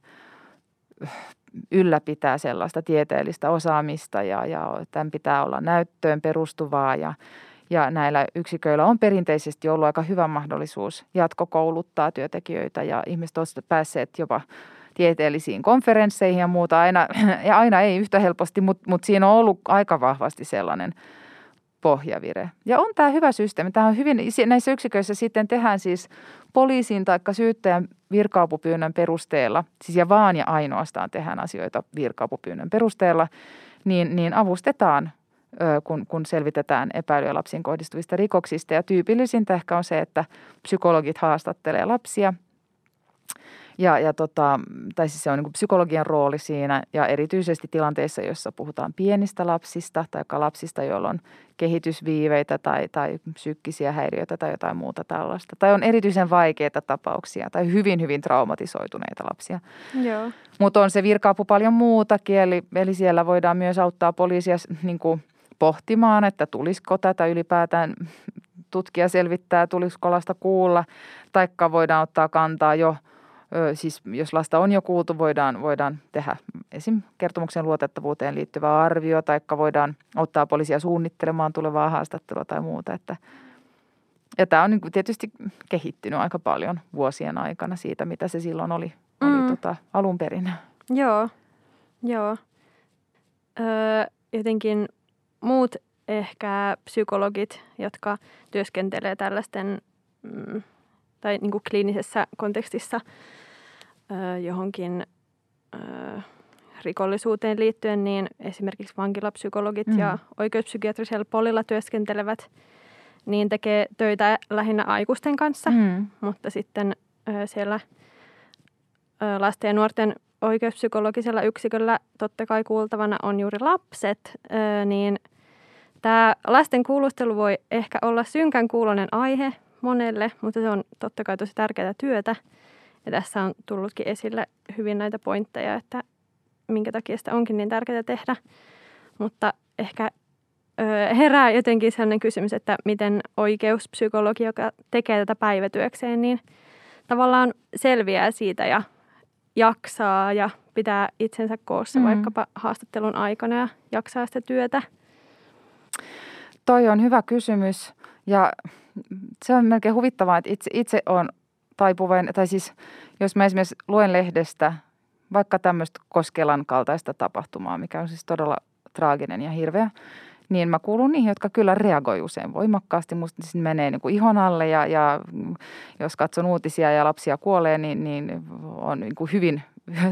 ylläpitää sellaista tieteellistä osaamista ja tämän pitää olla näyttöön perustuvaa ja näillä yksiköillä on perinteisesti ollut aika hyvä mahdollisuus jatkokouluttaa työntekijöitä ja ihmiset ovat päässeet jopa tieteellisiin konferensseihin ja muuta. Aina ei yhtä helposti, mutta siinä on ollut aika vahvasti sellainen pohjavire. Ja on tämä hyvä systeemi. Tämä on hyvin, näissä yksiköissä sitten tehdään siis poliisin tai syyttäjän virka-apupyynnön perusteella, siis ja vaan ja ainoastaan tehdään asioita virka-apupyynnön perusteella, niin avustetaan, kun selvitetään epäilyjä lapsiin kohdistuvista rikoksista. Ja tyypillisintä ehkä on se, että psykologit haastattelee lapsia. Tai siis se on niin kuin psykologian rooli siinä ja erityisesti tilanteissa, joissa puhutaan pienistä lapsista tai lapsista, joilla on kehitysviiveitä tai psyykkisiä häiriöitä tai jotain muuta tällaista. Tai on erityisen vaikeita tapauksia tai hyvin, hyvin traumatisoituneita lapsia. Mutta on se virka-apu paljon muutakin, eli siellä voidaan myös auttaa poliisia niin kuin pohtimaan, että tulisiko tätä ylipäätään tutkia selvittää, tulisiko lasta kuulla, taikka voidaan ottaa kantaa jo. Siis jos lasta on jo kuultu, voidaan tehdä esim. Kertomuksen luotettavuuteen liittyvä arvio, tai voidaan ottaa poliisia suunnittelemaan tulevaa haastattelua tai muuta. Ja tämä on niin kuin tietysti kehittynyt aika paljon vuosien aikana siitä, mitä se silloin oli alun perin.
Joo. Jotenkin muut ehkä psykologit, jotka työskentelee tällaisten tai niin kuin kliinisessä kontekstissa johonkin rikollisuuteen liittyen, niin esimerkiksi vankilapsykologit ja oikeuspsykiatrisella polilla työskentelevät, niin tekee töitä lähinnä aikuisten kanssa, mutta sitten siellä lasten ja nuorten oikeuspsykologisella yksiköllä totta kai kuultavana on juuri lapset, niin tämä lasten kuulustelu voi ehkä olla synkän kuuloinen aihe monelle, mutta se on totta kai tosi tärkeää työtä. Ja tässä on tullutkin esille hyvin näitä pointteja, että minkä takia sitä onkin niin tärkeää tehdä. Mutta ehkä herää jotenkin sellainen kysymys, että miten oikeuspsykologi, joka tekee tätä päivätyökseen, niin tavallaan selviää siitä ja jaksaa ja pitää itsensä koossa vaikkapa haastattelun aikana ja jaksaa sitä työtä.
Toi on hyvä kysymys ja se on melkein huvittavaa, että itse on taipuvainen, tai siis jos mä esimerkiksi luen lehdestä vaikka tämmöistä Koskelan kaltaista tapahtumaa, mikä on siis todella traaginen ja hirveä, niin mä kuulun niihin, jotka kyllä reagoi usein voimakkaasti. Musta siis menee niin kuin ihon alle ja jos katson uutisia ja lapsia kuolee, niin on niin kuin hyvin,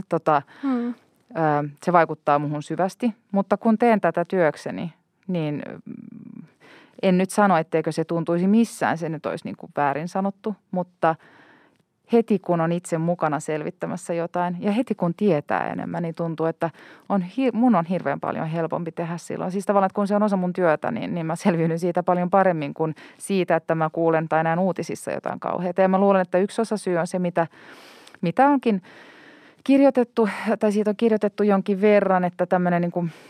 se vaikuttaa muhun syvästi. Mutta kun teen tätä työkseni, niin en nyt sano, etteikö se tuntuisi missään, se nyt olisi niin kuin väärin sanottu, mutta heti kun on itse mukana selvittämässä jotain ja heti kun tietää enemmän, niin tuntuu, että mun on hirveän paljon helpompi tehdä silloin. Siis tavallaan, että kun se on osa mun työtä, niin mä selviydyn siitä paljon paremmin kuin siitä, että mä kuulen tai näen uutisissa jotain kauheaa. Ja mä luulen, että yksi osa syy on se, mitä onkin kirjoitettu, tai siitä on kirjoitettu jonkin verran, että tämmöinen niin kuin,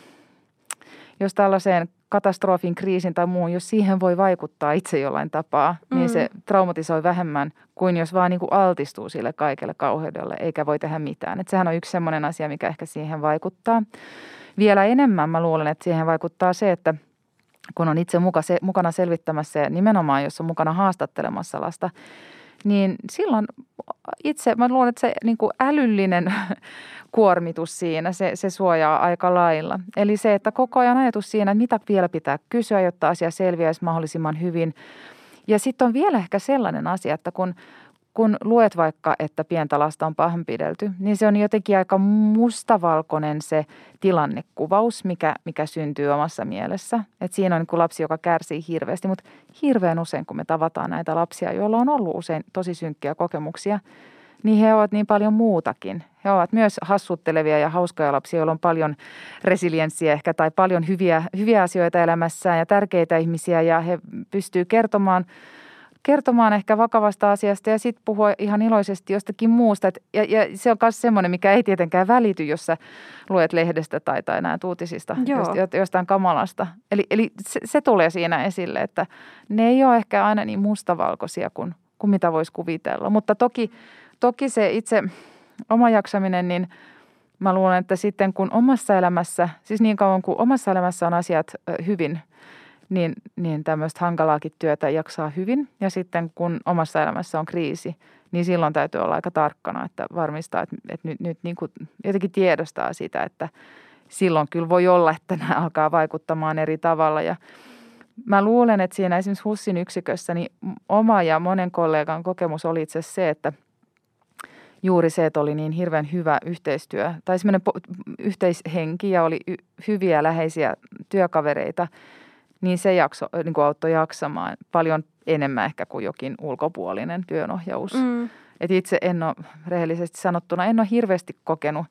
jos tällaiseen katastrofin, kriisin tai muun, jos siihen voi vaikuttaa itse jollain tapaa, niin se traumatisoi vähemmän kuin jos vaan niin kuin altistuu sille kaikelle kauheudelle eikä voi tehdä mitään. Että sehän on yksi semmoinen asia, mikä ehkä siihen vaikuttaa. Vielä enemmän mä luulen, että siihen vaikuttaa se, että kun on itse mukana selvittämässä ja nimenomaan, jos on mukana haastattelemassa lasta, niin silloin itse mä luulen, että se niin kuin älyllinen kuormitus siinä, se suojaa aika lailla. Eli se, että koko ajan ajatus siinä, että mitä vielä pitää kysyä, jotta asia selviäisi mahdollisimman hyvin. Ja sitten on vielä ehkä sellainen asia, että kun luet vaikka, että pientä lasta on pahoinpidelty, niin se on jotenkin aika mustavalkoinen se tilannekuvaus, mikä syntyy omassa mielessä. Että siinä on niin kuin lapsi, joka kärsii hirveästi, mutta hirveän usein, kun me tavataan näitä lapsia, joilla on ollut usein tosi synkkiä kokemuksia, niin he ovat niin paljon muutakin. He ovat myös hassuttelevia ja hauskoja lapsia, joilla on paljon resilienssiä ehkä tai paljon hyviä asioita elämässään ja tärkeitä ihmisiä ja he pystyvät kertomaan ehkä vakavasta asiasta ja sitten puhua ihan iloisesti jostakin muusta. Ja se on myös semmoinen, mikä ei tietenkään välity, jos sä luet lehdestä tai näet uutisista jostain kamalasta. Eli se tulee siinä esille, että ne ei ole ehkä aina niin mustavalkoisia kuin mitä voisi kuvitella. Mutta toki se itse oma jaksaminen, niin mä luulen, että sitten kun omassa elämässä, siis niin kauan kuin omassa elämässä on asiat hyvin, niin tämmöistä hankalaakin työtä jaksaa hyvin. Ja sitten kun omassa elämässä on kriisi, niin silloin täytyy olla aika tarkkana, että varmistaa, että nyt niin kuin jotenkin tiedostaa sitä, että silloin kyllä voi olla, että nämä alkaa vaikuttamaan eri tavalla. Ja mä luulen, että siinä esimerkiksi HUSin yksikössä niin oma ja monen kollegan kokemus oli itse asiassa se, että juuri se, että oli niin hirveän hyvä yhteistyö tai semmoinen yhteishenki ja oli hyviä läheisiä työkavereita, niin se niin kuin auttoi jaksamaan paljon enemmän ehkä kuin jokin ulkopuolinen työnohjaus. Et itse en ole, rehellisesti sanottuna, en ole hirveästi kokenut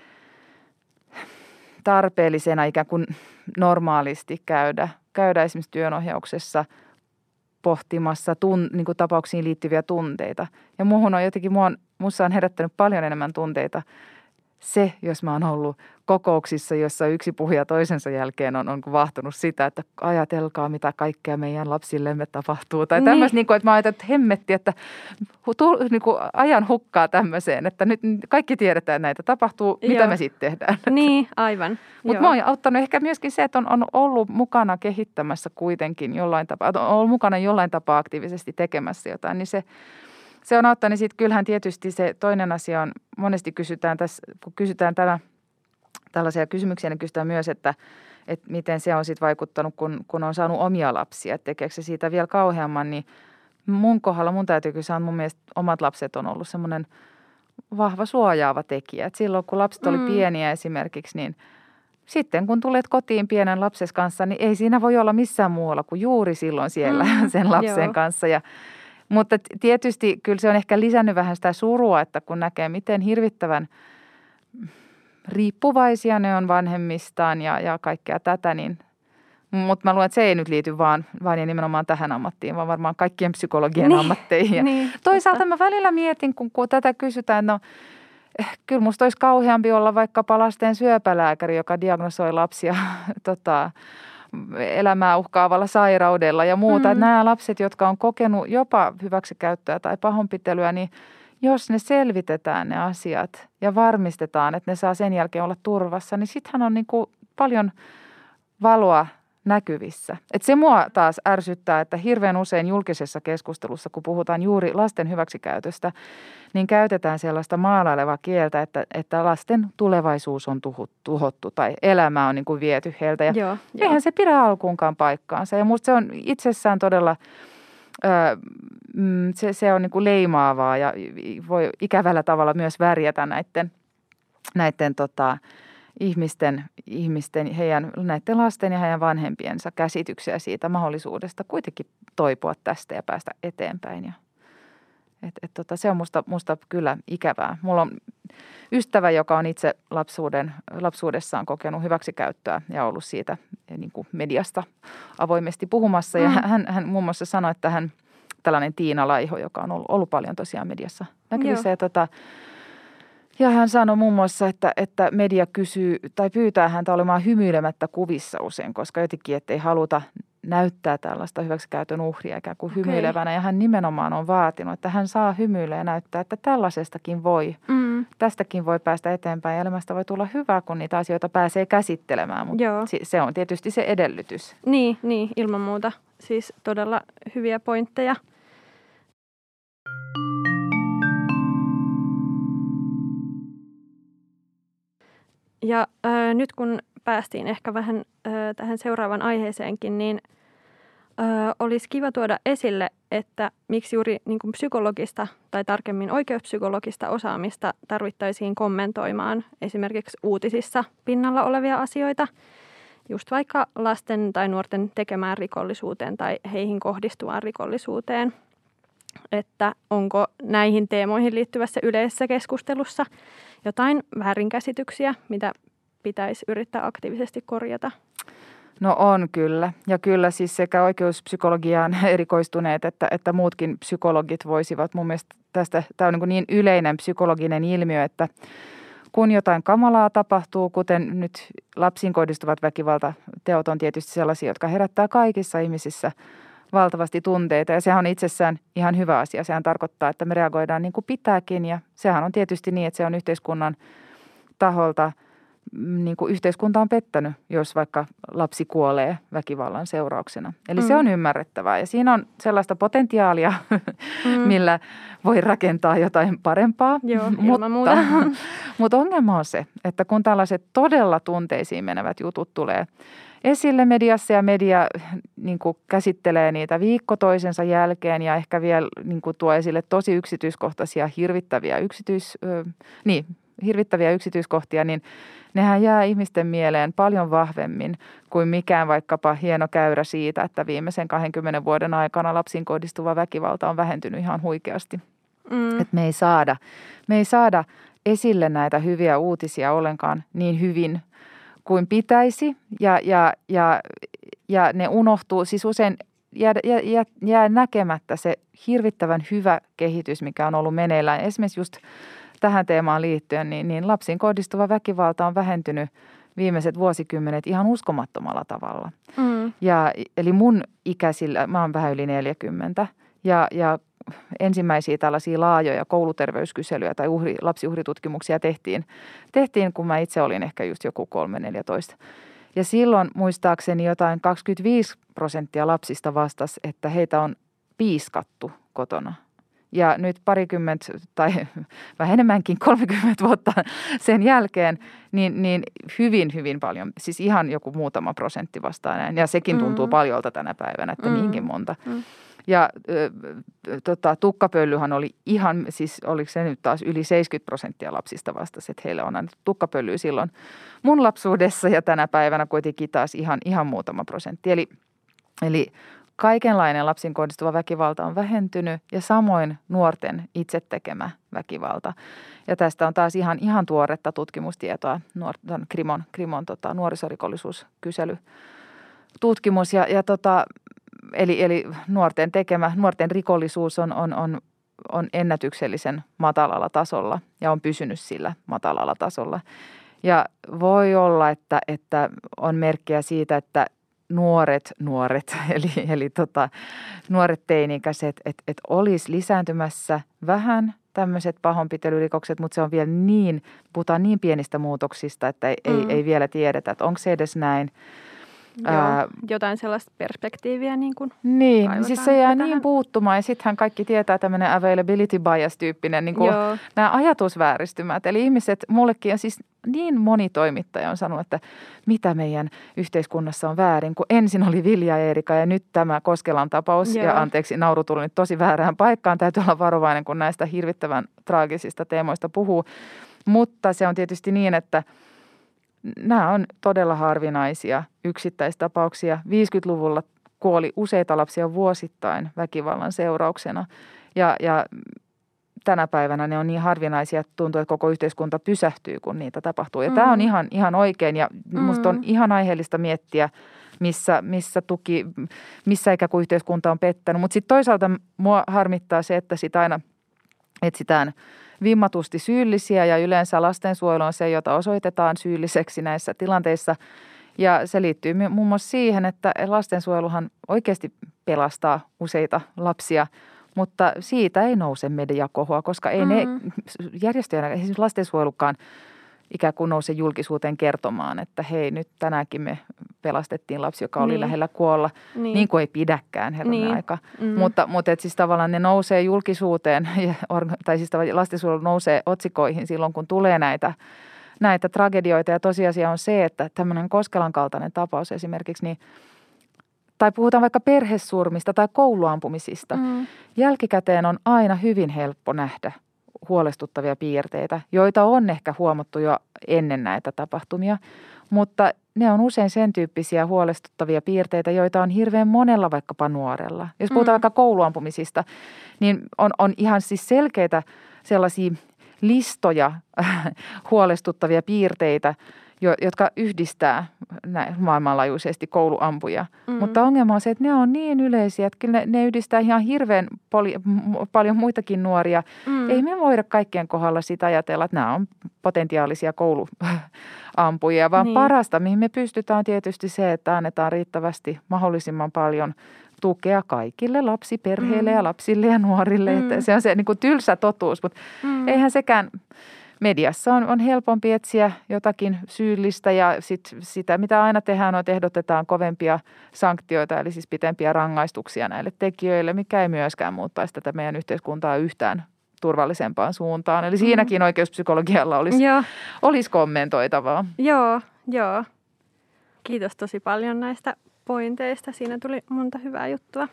tarpeellisena ikään kuin normaalisti käydä esimerkiksi työnohjauksessa pohtimassa niin kuin tapauksiin liittyviä tunteita. Ja muuhun on jotenkin, minussa on herättänyt paljon enemmän tunteita se, jos mä oon ollut kokouksissa, jossa yksi puhuja toisensa jälkeen on vahtunut sitä, että ajatelkaa, mitä kaikkea meidän lapsillemme tapahtuu. Tai tämmöistä, niin kuin, että mä ajattelen, että hemmetti, että niin kuin ajan hukkaa tämmöiseen, että nyt kaikki tiedetään, että näitä tapahtuu, mitä me sitten tehdään.
Niin, aivan.
Mutta mä oon auttanut ehkä myöskin se, että on ollut mukana kehittämässä kuitenkin jollain tapaa, on ollut mukana jollain tapaa aktiivisesti tekemässä jotain, niin se on auttanut. Niin sitten kyllähän tietysti se toinen asia on, monesti kysytään tässä, kun kysytään tällaisia kysymyksiä, niin kysytään myös, että miten se on sitten vaikuttanut, kun on saanut omia lapsia. Että tekeekö se siitä vielä kauheamman, niin mun kohdalla mun täytyy kyllä sanoa, mun mielestä omat lapset on ollut semmoinen vahva suojaava tekijä. Et silloin kun lapset oli pieniä esimerkiksi, niin sitten kun tulet kotiin pienen lapsen kanssa, niin ei siinä voi olla missään muualla kuin juuri silloin siellä sen lapsen kanssa. Mutta tietysti kyllä se on ehkä lisännyt vähän sitä surua, että kun näkee, miten hirvittävän riippuvaisia ne on vanhemmistaan ja kaikkea tätä, niin mutta mä luulen, että se ei nyt liity vaan ja nimenomaan tähän ammattiin, vaan varmaan kaikkien psykologien ammatteihin. Toisaalta mä välillä mietin, kun tätä kysytään, no kyllä musta olisi kauheampi olla vaikkapa lasten syöpälääkäri, joka diagnosoi lapsia elämää uhkaavalla sairaudella ja muuta. Että nämä lapset, jotka on kokenut jopa hyväksikäyttöä tai pahoinpitelyä, niin jos ne selvitetään ne asiat ja varmistetaan, että ne saa sen jälkeen olla turvassa, niin sittenhän on niin kuin paljon valoa näkyvissä. Että se mua taas ärsyttää, että hirveän usein julkisessa keskustelussa, kun puhutaan juuri lasten hyväksikäytöstä, niin käytetään sellaista maalailevaa kieltä, että lasten tulevaisuus on tuhottu tai elämä on niin kuin viety heiltä. Ja eihän se pidä alkuunkaan paikkaansa. Ja musta se on itsessään todella, se on niin kuin leimaavaa ja voi ikävällä tavalla myös värjätä näiden ihmisten, näiden lasten ja heidän vanhempiensa käsityksiä siitä mahdollisuudesta kuitenkin toipua tästä ja päästä eteenpäin. Se on musta kyllä ikävää. Mulla on ystävä, joka on itse lapsuudessaan kokenut hyväksikäyttöä ja ollut siitä niin kuin mediasta avoimesti puhumassa. Ja hän muun muassa sanoi, että tällainen Tiina Laiho, joka on ollut paljon tosiaan mediassa näkyvissä. Ja hän sanoi muun muassa, että media kysyy tai pyytää häntä olemaan hymyilemättä kuvissa usein, koska jotenkin, että ei haluta näyttää tällaista hyväksikäytön uhria ikään kuin hymyilevänä. Ja hän nimenomaan on vaatinut, että hän saa hymyillä ja näyttää, että tällaisestakin voi, tästäkin voi päästä eteenpäin ja elämästä voi tulla hyvä, kun niitä asioita pääsee käsittelemään. Mutta se on tietysti se edellytys.
Niin, ilman muuta. Siis todella hyviä pointteja. Ja nyt kun päästiin ehkä vähän tähän seuraavan aiheeseenkin, niin olisi kiva tuoda esille, että miksi juuri niin kuin psykologista tai tarkemmin oikeuspsykologista osaamista tarvittaisiin kommentoimaan esimerkiksi uutisissa pinnalla olevia asioita, just vaikka lasten tai nuorten tekemään rikollisuuteen tai heihin kohdistuvaan rikollisuuteen. Että onko näihin teemoihin liittyvässä yleisessä keskustelussa jotain väärinkäsityksiä, mitä pitäisi yrittää aktiivisesti korjata?
No on kyllä. Ja kyllä siis sekä oikeuspsykologiaan erikoistuneet että muutkin psykologit voisivat mun mielestä tästä, tämä on niin yleinen psykologinen ilmiö, että kun jotain kamalaa tapahtuu, kuten nyt lapsiin kohdistuvat väkivaltateot on tietysti sellaisia, jotka herättää kaikissa ihmisissä valtavasti tunteita ja sehän on itsessään ihan hyvä asia. Sehän tarkoittaa, että me reagoidaan niin kuin pitääkin ja sehän on tietysti niin, että se on yhteiskunnan taholta, niin kuin yhteiskunta on pettänyt, jos vaikka lapsi kuolee väkivallan seurauksena. Eli se on ymmärrettävää ja siinä on sellaista potentiaalia, millä voi rakentaa jotain parempaa.
Joo, ilman muuta.
Mutta ongelma on se, että kun tällaiset todella tunteisiin menevät jutut tulee esille mediassa ja media niin kuin käsittelee niitä viikko toisensa jälkeen ja ehkä vielä niin kuin tuo esille tosi yksityiskohtaisia hirvittäviä yksityiskohtia, niin nehän jää ihmisten mieleen paljon vahvemmin kuin mikään vaikkapa hieno käyrä siitä, että viimeisen 20 vuoden aikana lapsiin kohdistuva väkivalta on vähentynyt ihan huikeasti. Että me ei saada esille näitä hyviä uutisia ollenkaan niin hyvin kuin pitäisi ja ne unohtuu, siis usein jää näkemättä se hirvittävän hyvä kehitys, mikä on ollut meneillään. Esimerkiksi just tähän teemaan liittyen, niin lapsiin kohdistuva väkivalta on vähentynyt viimeiset vuosikymmenet ihan uskomattomalla tavalla. Eli mun ikäisillä, mä oon vähän yli 40 ja ensimmäisiä tällaisia laajoja kouluterveyskyselyjä tai lapsiuhritutkimuksia tehtiin, kun mä itse olin ehkä just joku 3-14. Ja silloin muistaakseni jotain 25% lapsista vastasi, että heitä on piiskattu kotona. Ja nyt 20 tai vähän enemmänkin 30 vuotta sen jälkeen, niin hyvin, hyvin paljon, siis ihan joku muutama prosentti vastaan näin. Ja sekin tuntuu paljolta tänä päivänä, että niinkin monta. Ja tukkapöllyhän oli ihan, siis oliko se nyt taas yli 70% lapsista vastasi, että heille on annettu tukkapöllyä silloin mun lapsuudessa ja tänä päivänä kuitenkin taas ihan muutama prosentti. Eli kaikenlainen lapsiin kohdistuva väkivalta on vähentynyt ja samoin nuorten itse tekemä väkivalta. Ja tästä on taas ihan tuoretta tutkimustietoa, Krimon nuorisorikollisuuskyselytutkimus. Eli nuorten rikollisuus on ennätyksellisen matalalla tasolla ja on pysynyt sillä matalalla tasolla. Ja voi olla, että on merkkejä siitä, että nuoret, eli nuoret teini-ikäiset, että olisi lisääntymässä vähän tämmöiset pahoinpitelyrikokset, mutta se on vielä puhutaan niin pienistä muutoksista, että ei vielä tiedetä, että onko se edes näin.
Jotain sellaista perspektiiviä niin kuin
niin, siis se jää niin puuttumaan ja sittenhän kaikki tietää tämmöinen availability bias-tyyppinen niin kuin nämä ajatusvääristymät. Eli ihmiset, mullekin on siis niin moni toimittaja on sanonut, että mitä meidän yhteiskunnassa on väärin, kun ensin oli Vilja Eerika ja nyt tämä Koskelan tapaus. Joo. Ja anteeksi, nauru tuli nyt tosi väärään paikkaan. Täytyy olla varovainen, kun näistä hirvittävän traagisista teemoista puhuu. Mutta se on tietysti niin, että nämä on todella harvinaisia yksittäistapauksia. 50-luvulla kuoli useita lapsia vuosittain väkivallan seurauksena ja tänä päivänä ne on niin harvinaisia, että tuntuu, että koko yhteiskunta pysähtyy, kun niitä tapahtuu. Ja tämä on ihan oikein ja musta on ihan aiheellista miettiä, missä ikään kuin yhteiskunta on pettänyt. Mutta sitten toisaalta mua harmittaa se, että sit aina etsitään vimmatusti syyllisiä ja yleensä lastensuojelu on se, jota osoitetaan syylliseksi näissä tilanteissa. Ja se liittyy muun muassa siihen, että lastensuojeluhan oikeasti pelastaa useita lapsia, mutta siitä ei nouse mediakohua, koska ei ne järjestöjä, esimerkiksi lastensuojelukaan ikään kuin nouse julkisuuteen kertomaan, että hei, nyt tänäänkin me pelastettiin lapsi, joka oli lähellä kuolla, niin kuin ei pidäkään herranen aika. Mutta et siis tavallaan ne nousee julkisuuteen, tai siis lastensuojelu nousee otsikoihin silloin, kun tulee näitä tragedioita. Ja tosiasia on se, että tämmöinen Koskelan kaltainen tapaus esimerkiksi, niin, tai puhutaan vaikka perhesurmista tai kouluampumisista. Jälkikäteen on aina hyvin helppo nähdä huolestuttavia piirteitä, joita on ehkä huomattu jo ennen näitä tapahtumia, mutta ne on usein sen tyyppisiä huolestuttavia piirteitä, joita on hirveän monella vaikkapa nuorella. Jos puhutaan vaikka kouluampumisista, niin on ihan siis selkeitä sellaisia listoja huolestuttavia piirteitä, jotka yhdistää maailmanlaajuisesti kouluampuja. Mutta ongelma on se, että ne on niin yleisiä, että kyllä ne yhdistää ihan hirveän paljon muitakin nuoria. Ei me voida kaikkien kohdalla sitä ajatella, että nämä on potentiaalisia kouluampujia, vaan parasta, mihin me pystytään tietysti se, että annetaan riittävästi mahdollisimman paljon tukea kaikille lapsiperheille ja lapsille ja nuorille. Että se on se niin kuin tylsä totuus, mutta eihän sekään. Mediassa on helpompi etsiä jotakin syyllistä ja sitä, mitä aina tehdään, on, että ehdotetaan kovempia sanktioita, eli siis pitempiä rangaistuksia näille tekijöille, mikä ei myöskään muuttaisi tätä meidän yhteiskuntaa yhtään turvallisempaan suuntaan. Eli siinäkin oikeuspsykologialla olisi kommentoitavaa.
Joo. Kiitos tosi paljon näistä pointeista. Siinä tuli monta hyvää juttua.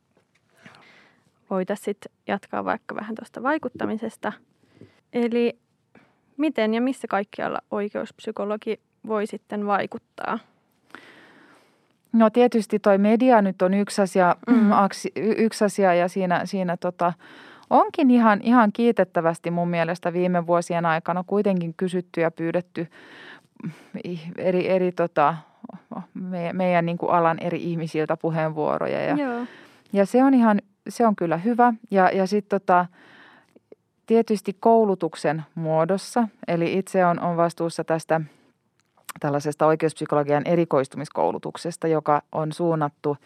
Voitaisiin sitten jatkaa vaikka vähän tuosta vaikuttamisesta. Eli miten ja missä kaikkialla oikeuspsykologi voi sitten vaikuttaa?
No tietysti toi media nyt on yksi asia ja siinä onkin ihan kiitettävästi mun mielestä viime vuosien aikana kuitenkin kysytty ja pyydetty eri meidän niin kuin alan eri ihmisiltä puheenvuoroja ja se on kyllä hyvä ja sitten tietysti koulutuksen muodossa, eli itse on vastuussa tästä tällaisesta oikeuspsykologian erikoistumiskoulutuksesta, joka on suunnattu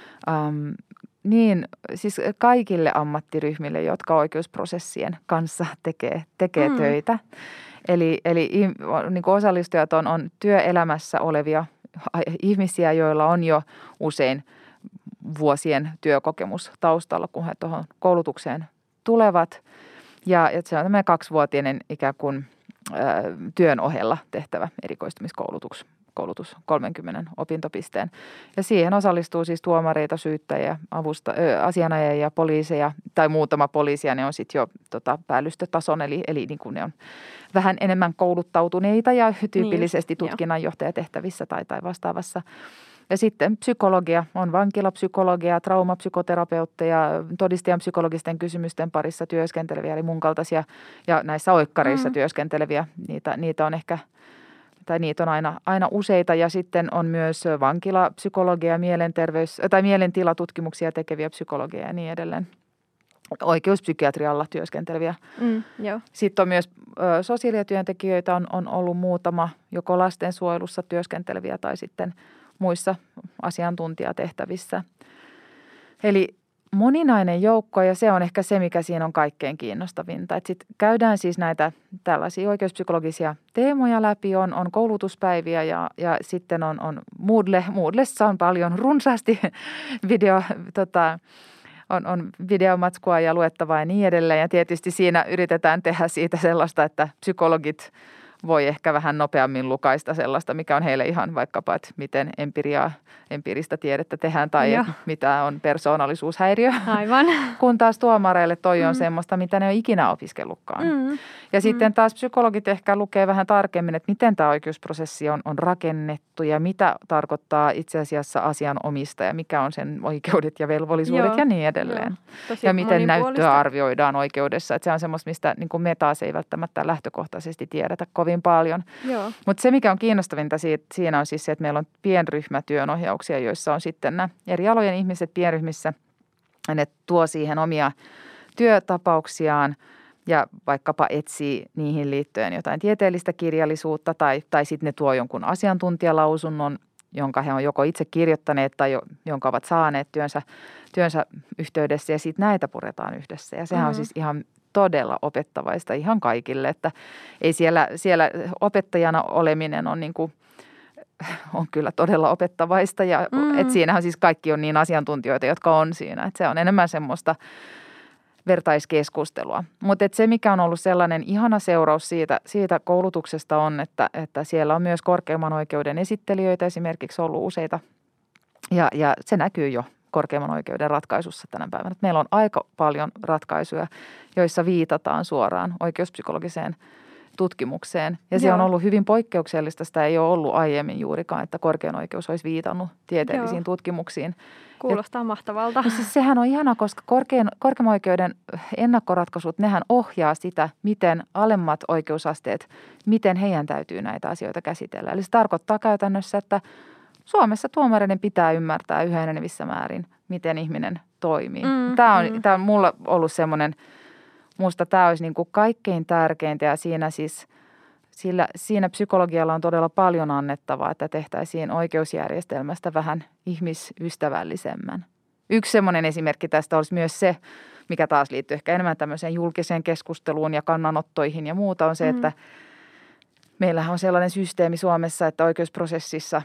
siis kaikille ammattiryhmille, jotka oikeusprosessien kanssa tekee töitä. Eli niin kuin osallistujat on työelämässä olevia ihmisiä, joilla on jo usein vuosien työkokemus taustalla, kun he tuohon koulutukseen tulevat. Ja se on tämmöinen 2-vuotinen ikään kuin työn ohella tehtävä erikoistumiskoulutus 30 opintopisteen. Ja siihen osallistuu siis tuomareita, syyttäjiä, asianajajia, poliiseja tai muutama poliisia. Ne on sitten jo päällystötason, eli niin kuin ne on vähän enemmän kouluttautuneita ja tyypillisesti tutkinnanjohtajatehtävissä tai vastaavassa. Ja sitten psykologia, on vankilapsykologia, traumapsykoterapeutteja, todistajan psykologisten kysymysten parissa työskenteleviä, eli mun kaltaisia, ja näissä oikkareissa työskenteleviä, niitä on ehkä, tai niitä on aina useita, ja sitten on myös vankilapsykologia, mielentilatutkimuksia tekeviä psykologia ja niin edelleen. Oikeuspsykiatrialla työskenteleviä. Sitten on myös sosiaalityöntekijöitä, on ollut muutama, joko lastensuojelussa työskenteleviä tai sitten muissa asiantuntijatehtävissä. Eli moninainen joukko ja se on ehkä se, mikä siinä on kaikkein kiinnostavinta. Sitten käydään siis näitä tällaisia oikeuspsykologisia teemoja läpi, on koulutuspäiviä ja sitten on Moodle. Moodlessa on paljon runsaasti on videomatskua ja luettavaa ja niin edelleen. Ja tietysti siinä yritetään tehdä siitä sellaista, että psykologit voi ehkä vähän nopeammin lukaista sellaista, mikä on heille ihan vaikkapa, että miten empiiristä tiedettä tehdään tai mitä on persoonallisuushäiriö.
Aivan.
Kun taas tuomareille toi on semmoista, mitä ne ei ole ikinä opiskellutkaan. Ja sitten taas psykologit ehkä lukee vähän tarkemmin, että miten tämä oikeusprosessi on rakennettu ja mitä tarkoittaa itse asiassa asianomistaja, mikä on sen oikeudet ja velvollisuudet ja niin edelleen. Ja miten näyttöä arvioidaan oikeudessa. Että se on semmoista, mistä niin kuin me taas ei välttämättä lähtökohtaisesti tiedetä kovin paljon. Mutta se, mikä on kiinnostavinta siinä on siis se, että meillä on pienryhmätyönohjauksia, joissa on sitten nämä eri alojen ihmiset pienryhmissä. Ne tuo siihen omia työtapauksiaan ja vaikkapa etsii niihin liittyen jotain tieteellistä kirjallisuutta tai sitten ne tuo jonkun asiantuntijalausunnon, jonka he on joko itse kirjoittaneet tai jonka ovat saaneet työnsä yhteydessä ja sitten näitä puretaan yhdessä. Ja sehän on siis ihan todella opettavaista ihan kaikille, että ei siellä opettajana oleminen on on kyllä todella opettavaista ja että siinähän siis kaikki on niin asiantuntijoita, jotka on siinä, että se on enemmän semmoista vertaiskeskustelua. Mutta se, mikä on ollut sellainen ihana seuraus siitä koulutuksesta on, että siellä on myös korkeimman oikeuden esittelijöitä esimerkiksi ollut useita ja se näkyy jo korkeimman oikeuden ratkaisussa tänä päivänä. Et meillä on aika paljon ratkaisuja, joissa viitataan suoraan oikeuspsykologiseen tutkimukseen. Ja se on ollut hyvin poikkeuksellista. Sitä ei ole ollut aiemmin juurikaan, että korkein oikeus olisi viitannut tieteellisiin tutkimuksiin.
Kuulostaa mahtavalta.
No siis sehän on ihana, koska korkeimman oikeuden ennakkoratkaisut, nehän ohjaa sitä, miten alemmat oikeusasteet, miten heidän täytyy näitä asioita käsitellä. Eli se tarkoittaa käytännössä, että Suomessa tuomareiden pitää ymmärtää yhä enenevissä määrin, miten ihminen toimii. Tämä on mulla ollut semmoinen, musta tämä olisi niin kuin kaikkein tärkeintä ja siinä psykologialla on todella paljon annettavaa, että tehtäisiin oikeusjärjestelmästä vähän ihmisystävällisemmän. Yksi semmoinen esimerkki tästä olisi myös se, mikä taas liittyy ehkä enemmän tämmöiseen julkiseen keskusteluun ja kannanottoihin ja muuta, on se, että meillähän on sellainen systeemi Suomessa, että oikeusprosessissa,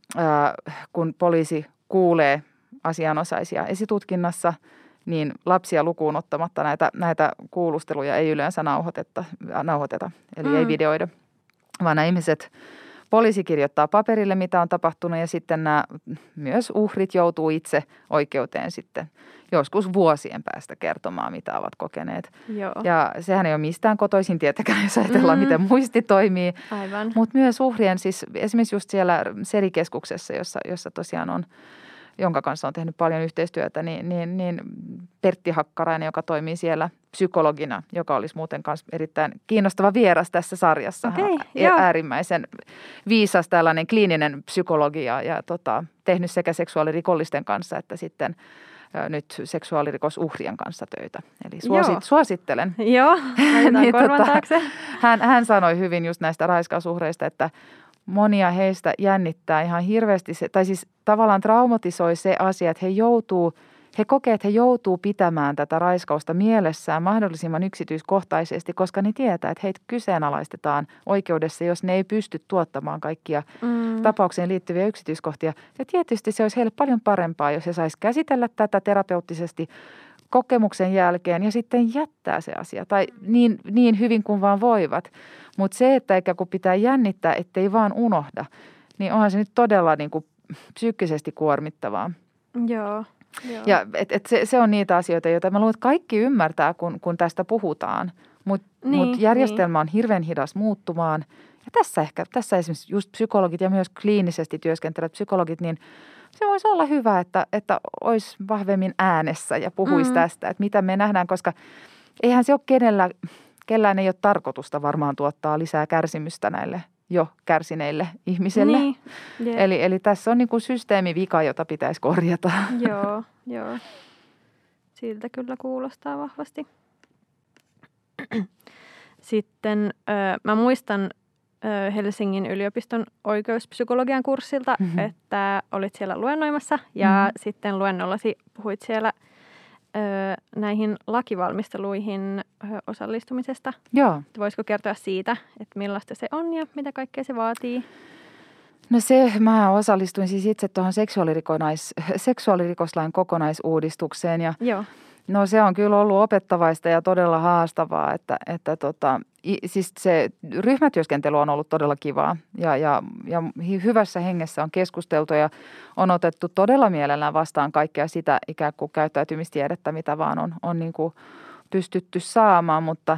kun poliisi kuulee asianosaisia esitutkinnassa, niin lapsia lukuun ottamatta näitä kuulusteluja ei yleensä nauhoiteta, eli ei videoida, vaan nämä ihmiset, poliisi kirjoittaa paperille, mitä on tapahtunut ja sitten nämä myös uhrit joutuu itse oikeuteen sitten joskus vuosien päästä kertomaan, mitä ovat kokeneet.
Joo. Ja
sehän ei ole mistään kotoisin tietenkään, jos ajatellaan, miten muisti toimii.
Aivan.
Mutta myös uhrien, siis esimerkiksi just siellä SERI-keskuksessa, jossa tosiaan on, jonka kanssa on tehnyt paljon yhteistyötä, niin Pertti Hakkarainen, joka toimii siellä psykologina, joka olisi muuten kanssa erittäin kiinnostava vieras tässä sarjassa.
Okay,
äärimmäisen viisas tällainen kliininen psykologi ja tehnyt sekä seksuaalirikollisten kanssa että sitten nyt seksuaalirikosuhrien kanssa töitä. Eli suosittelen.
Joo, niin, korvan taakse.
Hän sanoi hyvin just näistä raiskausuhreista, että monia heistä jännittää ihan hirveästi se, tai siis tavallaan traumatisoi se asia, että he kokee, että he joutuu pitämään tätä raiskausta mielessään mahdollisimman yksityiskohtaisesti, koska ne tietää, että heitä kyseenalaistetaan oikeudessa, jos ne ei pysty tuottamaan kaikkia tapaukseen liittyviä yksityiskohtia. Ja tietysti se olisi heille paljon parempaa, jos he saisi käsitellä tätä terapeuttisesti kokemuksen jälkeen ja sitten jättää se asia tai niin hyvin kuin vaan voivat. Mutta se, että eikä kun pitää jännittää, ettei vaan unohda, niin onhan se nyt todella niin kuin psyykkisesti kuormittavaa.
Joo.
Ja se on niitä asioita, joita mä luulen, että kaikki ymmärtää, kun tästä puhutaan. Mutta järjestelmä on hirveän hidas muuttumaan. Ja tässä esimerkiksi just psykologit ja myös kliinisesti työskentelevät psykologit, niin se voisi olla hyvä, että olisi vahvemmin äänessä ja puhuisi tästä, että mitä me nähdään, koska eihän se ole kellään ei ole tarkoitusta varmaan tuottaa lisää kärsimystä näille jo kärsineille ihmisille.
Niin. Yeah.
Eli tässä on niin kuin systeemivika, jota pitäisi korjata.
Joo. Siltä kyllä kuulostaa vahvasti. Sitten mä muistan Helsingin yliopiston oikeuspsykologian kurssilta, että olit siellä luennoimassa ja sitten luennollasi puhuit siellä näihin lakivalmisteluihin osallistumisesta.
Joo.
Voisiko kertoa siitä, että millaista se on ja mitä kaikkea se vaatii?
No mä osallistuin siis itse tuohon seksuaalirikoslain kokonaisuudistukseen ja
Joo.
No se on kyllä ollut opettavaista ja todella haastavaa, että siis se ryhmätyöskentely on ollut todella kivaa ja hyvässä hengessä on keskusteltu ja on otettu todella mielellään vastaan kaikkea sitä ikään kuin käyttäytymistiedettä, mitä vaan on niin kuin pystytty saamaan, mutta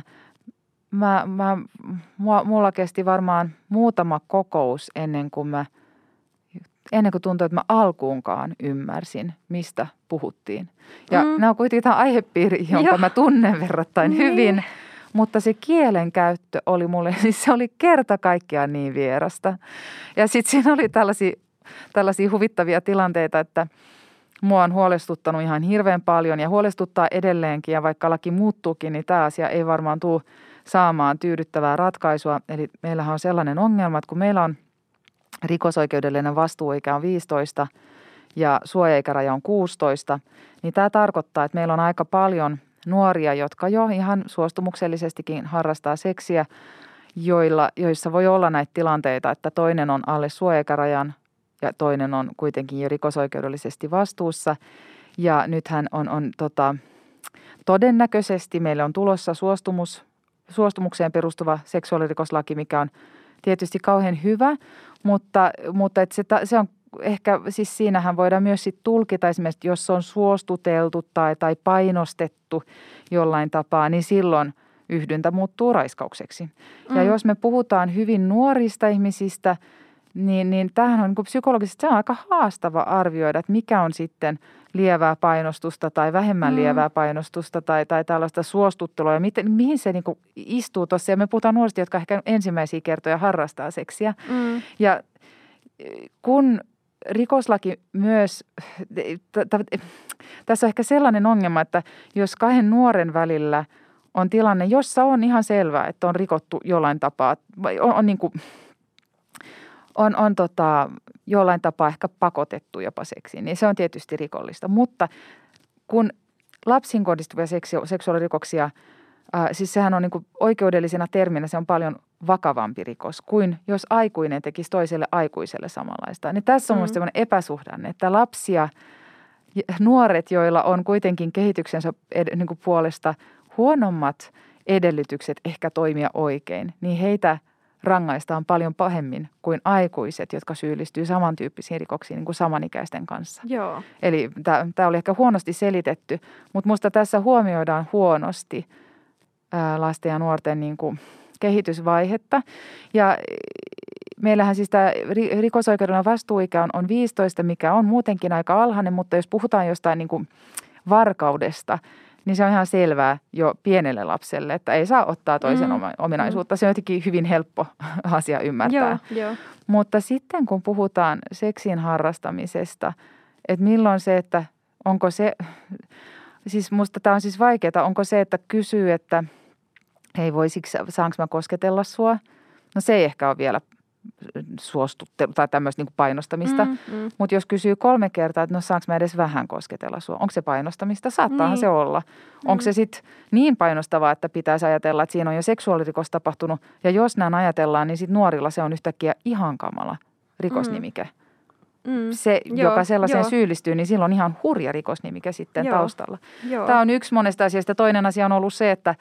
mulla kesti varmaan muutama kokous ennen kuin tuntui, että mä alkuunkaan ymmärsin, mistä puhuttiin. Ja nämä on kuitenkin tämä aihepiiri, jonka mä tunnen verrattain hyvin, mutta se kielenkäyttö oli mulle, siis se oli kerta kaikkiaan niin vierasta. Ja sitten siinä oli tällaisia huvittavia tilanteita, että mua on huolestuttanut ihan hirveän paljon ja huolestuttaa edelleenkin. Ja vaikka laki muuttuukin, niin tämä asia ei varmaan tule saamaan tyydyttävää ratkaisua. Eli meillähän on sellainen ongelma, että kun meillä on rikosoikeudellinen vastuuikä on 15 ja suoja-ikäraja on 16, niin tämä tarkoittaa, että meillä on aika paljon nuoria, jotka jo ihan suostumuksellisestikin harrastaa seksiä, joissa voi olla näitä tilanteita, että toinen on alle suoja-ikärajan ja toinen on kuitenkin jo rikosoikeudellisesti vastuussa. Ja nythän on todennäköisesti meille on tulossa suostumukseen perustuva seksuaalirikoslaki, mikä on tietysti kauhean hyvä, mutta se on ehkä, siis siinähän voidaan myös sit tulkita esimerkiksi, jos on suostuteltu tai painostettu jollain tapaa, niin silloin yhdyntä muuttuu raiskaukseksi. Ja jos me puhutaan hyvin nuorista ihmisistä, niin tämähän on niin psykologisesti se on aika haastava arvioida, että mikä on sitten lievää painostusta tai vähemmän lievää painostusta tai tällaista suostuttelua ja mihin se niin kuin istuu tuossa. Ja me puhutaan nuorista, jotka ehkä ensimmäisiä kertoja harrastaa seksiä. Ja kun rikoslaki myös, tässä on ehkä sellainen ongelma, että jos kahden nuoren välillä on tilanne, jossa on ihan selvää, että on rikottu jollain tapaa, on jollain tapaa ehkä pakotettu jopa seksiin, niin se on tietysti rikollista. Mutta kun lapsiin kohdistuvia seksuaalirikoksia, siis sehän on niin kuin oikeudellisena terminä, se on paljon vakavampi rikos kuin jos aikuinen tekisi toiselle aikuiselle samanlaista. Niin tässä on minusta sellainen epäsuhdanne, että lapsia, nuoret, joilla on kuitenkin kehityksensä niin kuin puolesta huonommat edellytykset ehkä toimia oikein, niin heitä rangaistaan paljon pahemmin kuin aikuiset, jotka syyllistyy samantyyppisiin rikoksiin niin kuin samanikäisten kanssa.
Joo.
Eli tämä oli ehkä huonosti selitetty, mutta minusta tässä huomioidaan huonosti lasten ja nuorten niin kuin kehitysvaihetta. Ja meillähän siis tämä rikosoikeudellinen vastuuikä on 15, mikä on muutenkin aika alhainen, mutta jos puhutaan jostain niin kuin varkaudesta, niin se on ihan selvää jo pienelle lapselle, että ei saa ottaa toisen ominaisuutta. Se on jotenkin hyvin helppo asia ymmärtää.
Joo.
Mutta sitten kun puhutaan seksin harrastamisesta, että milloin se, että onko se, siis musta tämä on siis vaikeaa, onko se, että kysyy, että hei saanko mä kosketella sua? No se ei ehkä ole vielä suostuttelu tai tämmöistä niin kuin painostamista. Mutta jos kysyy 3 kertaa, että no saanko mä edes vähän kosketella sua? Onko se painostamista? Saattaahan se olla. Onko se sitten niin painostavaa, että pitäisi ajatella, että siinä on jo seksuaalirikos tapahtunut. Ja jos näin ajatellaan, niin sitten nuorilla se on yhtäkkiä ihan kamala rikosnimike. Se, joka sellaiseen syyllistyy, niin silloin on ihan hurja rikosnimike sitten taustalla. Tämä on yksi monesta asiasta. Toinen asia on ollut se, että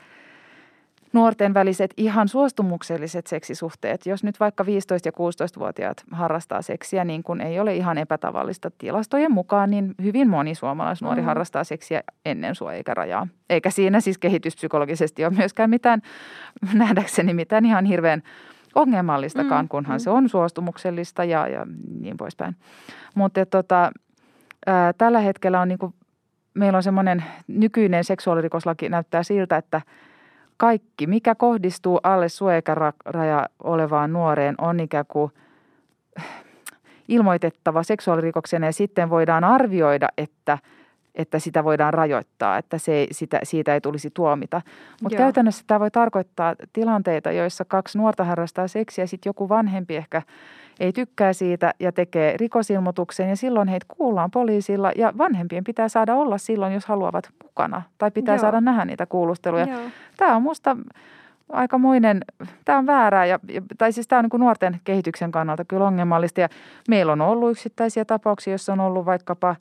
nuorten väliset ihan suostumukselliset seksisuhteet, jos nyt vaikka 15- ja 16-vuotiaat harrastaa seksiä, niin kuin ei ole ihan epätavallista tilastojen mukaan, niin hyvin moni suomalaisnuori harrastaa seksiä ennen suoja-ikärajaa. Eikä siinä siis kehityspsykologisesti ole myöskään nähdäkseni mitään ihan hirveän ongelmallistakaan, kunhan se on suostumuksellista ja niin poispäin. Mutta tällä hetkellä on meillä on semmoinen nykyinen seksuaalirikoslaki näyttää siltä, että kaikki, mikä kohdistuu alle suoja-ikäraja olevaan nuoreen, on ikään kuin ilmoitettava seksuaalirikoksena ja sitten voidaan arvioida, että sitä voidaan rajoittaa, että siitä ei tulisi tuomita. Mutta käytännössä tämä voi tarkoittaa tilanteita, joissa 2 nuorta harrastaa seksiä ja sitten joku vanhempi ehkä ei tykkää siitä ja tekee rikosilmoituksen ja silloin heitä kuullaan poliisilla ja vanhempien pitää saada olla silloin, jos haluavat mukana tai pitää saada nähdä niitä kuulusteluja. Tämä on musta aikamoinen, tämä on väärää tai siis tämä on niin kuin nuorten kehityksen kannalta kyllä ongelmallista ja meillä on ollut yksittäisiä tapauksia, joissa on ollut vaikkapa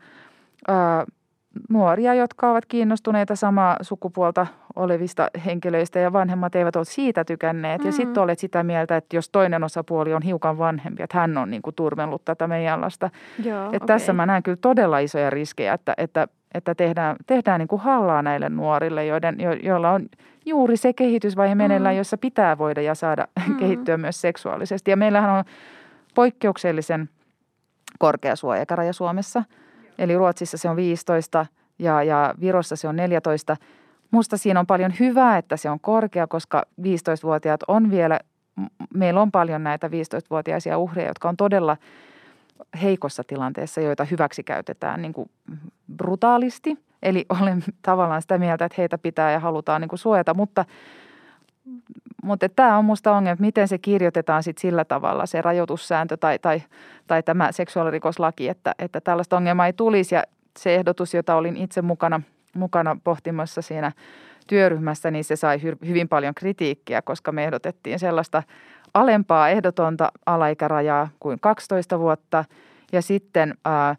nuoria, jotka ovat kiinnostuneita samaa sukupuolta olevista henkilöistä ja vanhemmat eivät ole siitä tykänneet. Ja sitten olet sitä mieltä, että jos toinen osapuoli on hiukan vanhempi, että hän on niin kuin turmellut tätä meidän lasta. Tässä mä näen kyllä todella isoja riskejä, että tehdään niin kuin hallaa näille nuorille, joilla on juuri se kehitysvaihe meneillään, jossa pitää voida ja saada kehittyä myös seksuaalisesti. Ja meillähän on poikkeuksellisen korkea suoja-ikäraja Suomessa. Eli Ruotsissa se on 15 ja Virossa se on 14. Musta siinä on paljon hyvää, että se on korkea, koska 15-vuotiaat on vielä, meillä on paljon näitä 15-vuotiaisia uhreja, jotka on todella heikossa tilanteessa, joita hyväksikäytetään niin kuin brutaalisti. Eli olen tavallaan sitä mieltä, että heitä pitää ja halutaan niin kuin suojata, mutta tämä on musta ongelma, että miten se kirjoitetaan sit sillä tavalla, se rajoitussääntö tai tämä seksuaalirikoslaki, että tällaista ongelmaa ei tulisi. Ja se ehdotus, jota olin itse mukana pohtimassa siinä työryhmässä, niin se sai hyvin paljon kritiikkiä, koska me ehdotettiin sellaista alempaa ehdotonta alaikärajaa kuin 12 vuotta ja sitten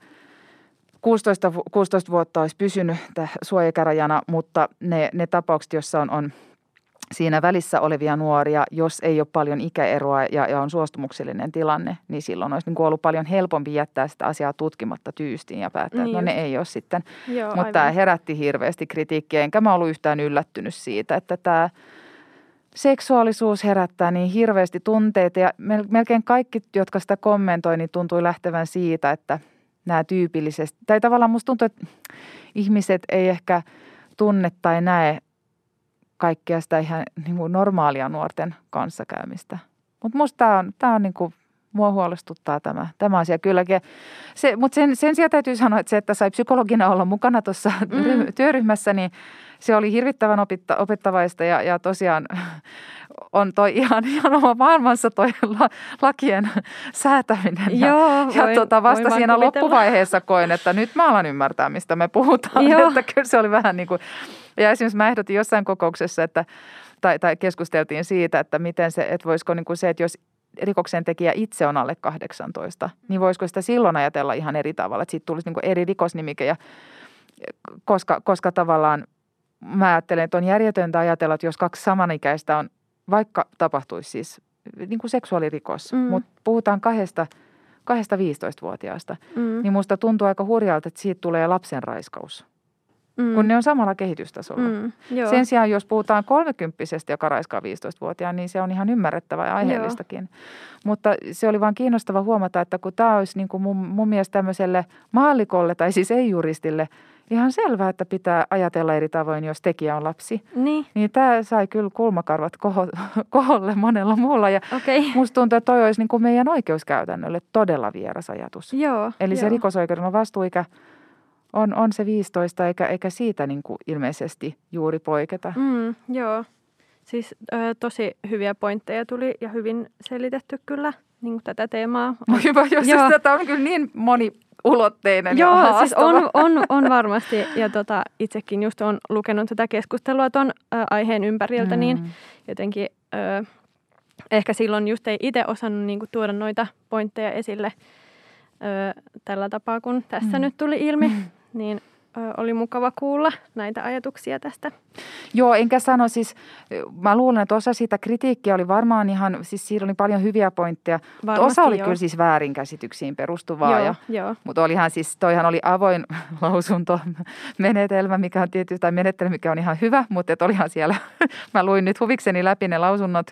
16 vuotta olisi pysynyt suojaikärajana, mutta ne tapaukset, joissa on siinä välissä olevia nuoria, jos ei ole paljon ikäeroa ja on suostumuksellinen tilanne, niin silloin olisi niin kuin ollut paljon helpompi jättää sitä asiaa tutkimatta tyystiin ja päättää, että no ne ei ole sitten.
Joo,
mutta tämä herätti hirveästi kritiikkiä, enkä mä ollut yhtään yllättynyt siitä, että tämä seksuaalisuus herättää niin hirveästi tunteita ja melkein kaikki, jotka sitä kommentoi, niin tuntui lähtevän siitä, että nämä tyypillisesti, tai tavallaan musta tuntuu, että ihmiset ei ehkä tunne tai näe kaikkea sitä ihan niin kuin normaalia nuorten kanssakäymistä. Mutta musta tämä on niin kuin, mua huolestuttaa tämä asia kylläkin. Mutta sen sijaan täytyy sanoa, että se, että sai psykologina olla mukana tuossa työryhmässä, niin se oli hirvittävän opettavaista ja tosiaan on toi ihan oma maailmansa toi lakien säätäminen.
Joo,
vasta siinä loppuvaiheessa koin, että nyt mä alan ymmärtää, mistä me puhutaan. Että kyllä se oli vähän niin kuin, ja esimerkiksi mä ehdotin jossain kokouksessa, tai keskusteltiin siitä, että miten se, että voisiko niin kuin se, että jos rikoksen tekijä itse on alle 18, niin voisiko sitä silloin ajatella ihan eri tavalla, että siitä tulisi niin kuin eri rikosnimike, koska tavallaan mä ajattelen, että on järjetöntä ajatella, että jos kaksi samanikäistä on, vaikka tapahtuisi siis niin kuin seksuaalirikos, mutta puhutaan kahdesta 15-vuotiaasta, niin musta tuntuu aika hurjalta, että siitä tulee lapsenraiskaus, kun ne on samalla kehitystasolla. Sen sijaan, jos puhutaan 30-vuotiaasta, joka raiskaa 15-vuotiaan, niin se on ihan ymmärrettävää ja aiheellistakin. Mutta se oli vaan kiinnostava huomata, että kun tämä olisi niin kuin mun mielestä tämmöiselle maallikolle tai siis ei-juristille ihan selvää, että pitää ajatella eri tavoin, jos tekijä on lapsi. Niin tämä sai kyllä kulmakarvat koholle monella muulla. Ja musta tuntuu, että toi olisi niin kuin meidän oikeuskäytännölle todella vieras ajatus. Eli se rikosoikeudellinen vastuuikä on se 15, eikä siitä niin kuin ilmeisesti juuri poiketa.
Joo, siis tosi hyviä pointteja tuli ja hyvin selitetty kyllä niin kuin tätä teemaa.
No hyvä, jos tätä on kyllä niin moniulotteinen ja haastava.
Siis on varmasti ja itsekin just olen lukenut tätä keskustelua tuon aiheen ympäriltä, niin jotenkin ehkä silloin just ei itse osannut niin kuin tuoda noita pointteja esille tällä tapaa, kun tässä nyt tuli ilmi, niin oli mukava kuulla näitä ajatuksia tästä.
Joo, enkä sano siis, mä luulen, että osa siitä kritiikkiä oli varmaan ihan, siis siinä oli paljon hyviä pointteja. Varmasti, osa oli kyllä siis väärinkäsityksiin perustuvaa. Mutta olihan siis, toihan oli avoin lausuntomenetelmä, mikä on tietysti, tai menettely, mikä on ihan hyvä, mutta olihan siellä, mä luin nyt huvikseni läpi ne lausunnot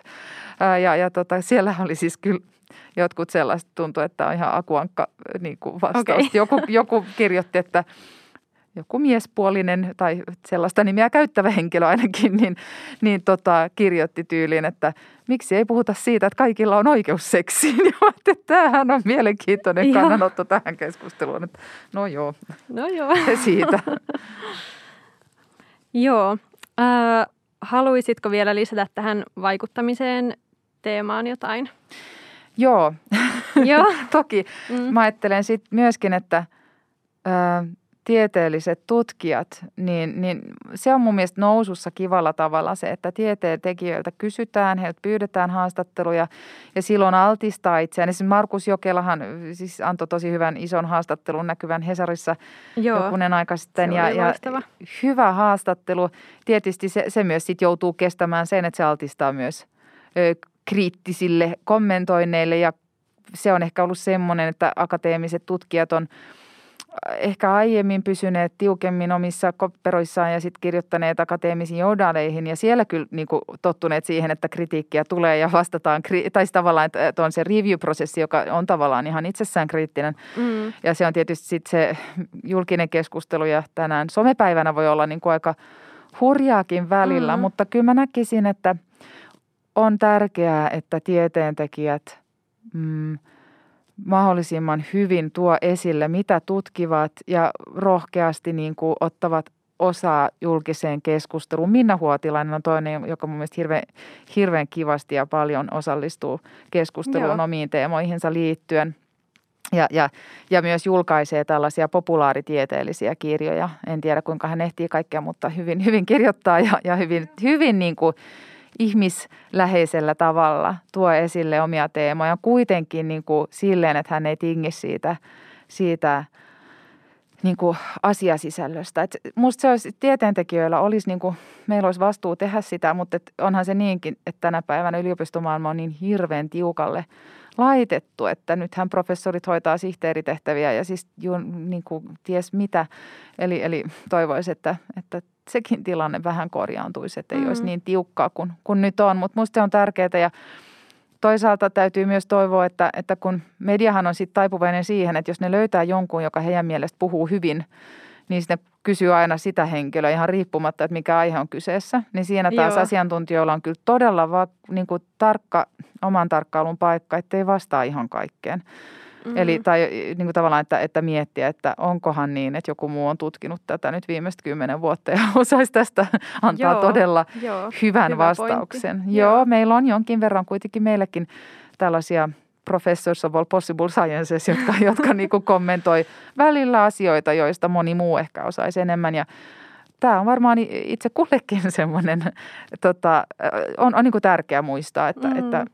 siellä oli siis kyllä jotkut sellaista tuntui, että on ihan akuankka niin kuin vastaus. Joku kirjoitti, että joku miespuolinen tai sellaista nimeä käyttävä henkilö ainakin, niin kirjoitti tyyliin, että miksi ei puhuta siitä, että kaikilla on oikeus seksiin. Ja tämähän on mielenkiintoinen kannanotto tähän keskusteluun. Että no joo. Siitä.
Joo. Haluaisitko vielä lisätä tähän vaikuttamiseen teemaan jotain?
Joo. Toki. Mä ajattelen sitten myöskin, että tieteelliset tutkijat, niin se on mun mielestä nousussa kivalla tavalla se, että tieteen tekijöiltä kysytään, heiltä pyydetään haastatteluja ja silloin altistaa itseään. Esimerkiksi Markus Jokelahan siis antoi tosi hyvän ison haastattelun näkyvän Hesarissa jokunen aika sitten. Ja hyvä haastattelu. Tietysti se myös sit joutuu kestämään sen, että se altistaa myös kriittisille kommentoinneille ja se on ehkä ollut semmoinen, että akateemiset tutkijat on ehkä aiemmin pysyneet tiukemmin omissa kopperoissaan ja sitten kirjoittaneet akateemisiin journaleihin ja siellä kyllä niin kuin tottuneet siihen, että kritiikkiä tulee ja vastataan, tai tavallaan, että on se review-prosessi, joka on tavallaan ihan itsessään kriittinen. Ja se on tietysti sitten se julkinen keskustelu ja tänään somepäivänä voi olla niin kuin aika hurjaakin välillä, mutta kyllä mä näkisin, että on tärkeää, että tieteentekijät mahdollisimman hyvin tuo esille, mitä tutkivat ja rohkeasti niin kuin ottavat osaa julkiseen keskusteluun. Minna Huotilainen on toinen, joka mun mielestä hirveän kivasti ja paljon osallistuu keskusteluun omiin teemoihinsa liittyen. Ja myös julkaisee tällaisia populaaritieteellisiä kirjoja. En tiedä, kuinka hän ehtii kaikkea, mutta hyvin kirjoittaa ja hyvin niin kuin ihmisläheisellä tavalla tuo esille omia teemoja. Kuitenkin niin kuin silleen, että hän ei tingi siitä niin kuin asiasisällöstä. Et musta se olisi, tieteentekijöillä olisi, niin kuin, meillä olisi vastuu tehdä sitä, mutta onhan se niinkin, että tänä päivänä yliopistomaailma on niin hirveän tiukalle laitettu, että nythän professorit hoitaa sihteeritehtäviä ja siis niin kuin ties mitä. Eli toivoisi, että sekin tilanne vähän korjaantuisi, että ei olisi niin tiukkaa kuin nyt on. Mutta musta se on tärkeää ja toisaalta täytyy myös toivoa, että kun mediahan on sitten taipuvainen siihen, että jos ne löytää jonkun, joka heidän mielestä puhuu hyvin, niin sitten kysyy aina sitä henkilöä ihan riippumatta, että mikä aihe on kyseessä. Niin siinä taas asiantuntijoilla on kyllä todella niin kuin tarkka oman tarkkailun paikka, ettei vastaa ihan kaikkeen. Eli tai niin kuin tavallaan, että miettiä, että onkohan niin, että joku muu on tutkinut tätä nyt viimeistä 10 vuotta ja osaisi tästä antaa todella hyvän vastauksen. Joo, meillä on jonkin verran kuitenkin meillekin tällaisia professors of all possible sciences, jotka niin kuin kommentoi välillä asioita, joista moni muu ehkä osaisi enemmän. Ja tämä on varmaan itse kullekin semmoinen, on niin kuin tärkeää muistaa, että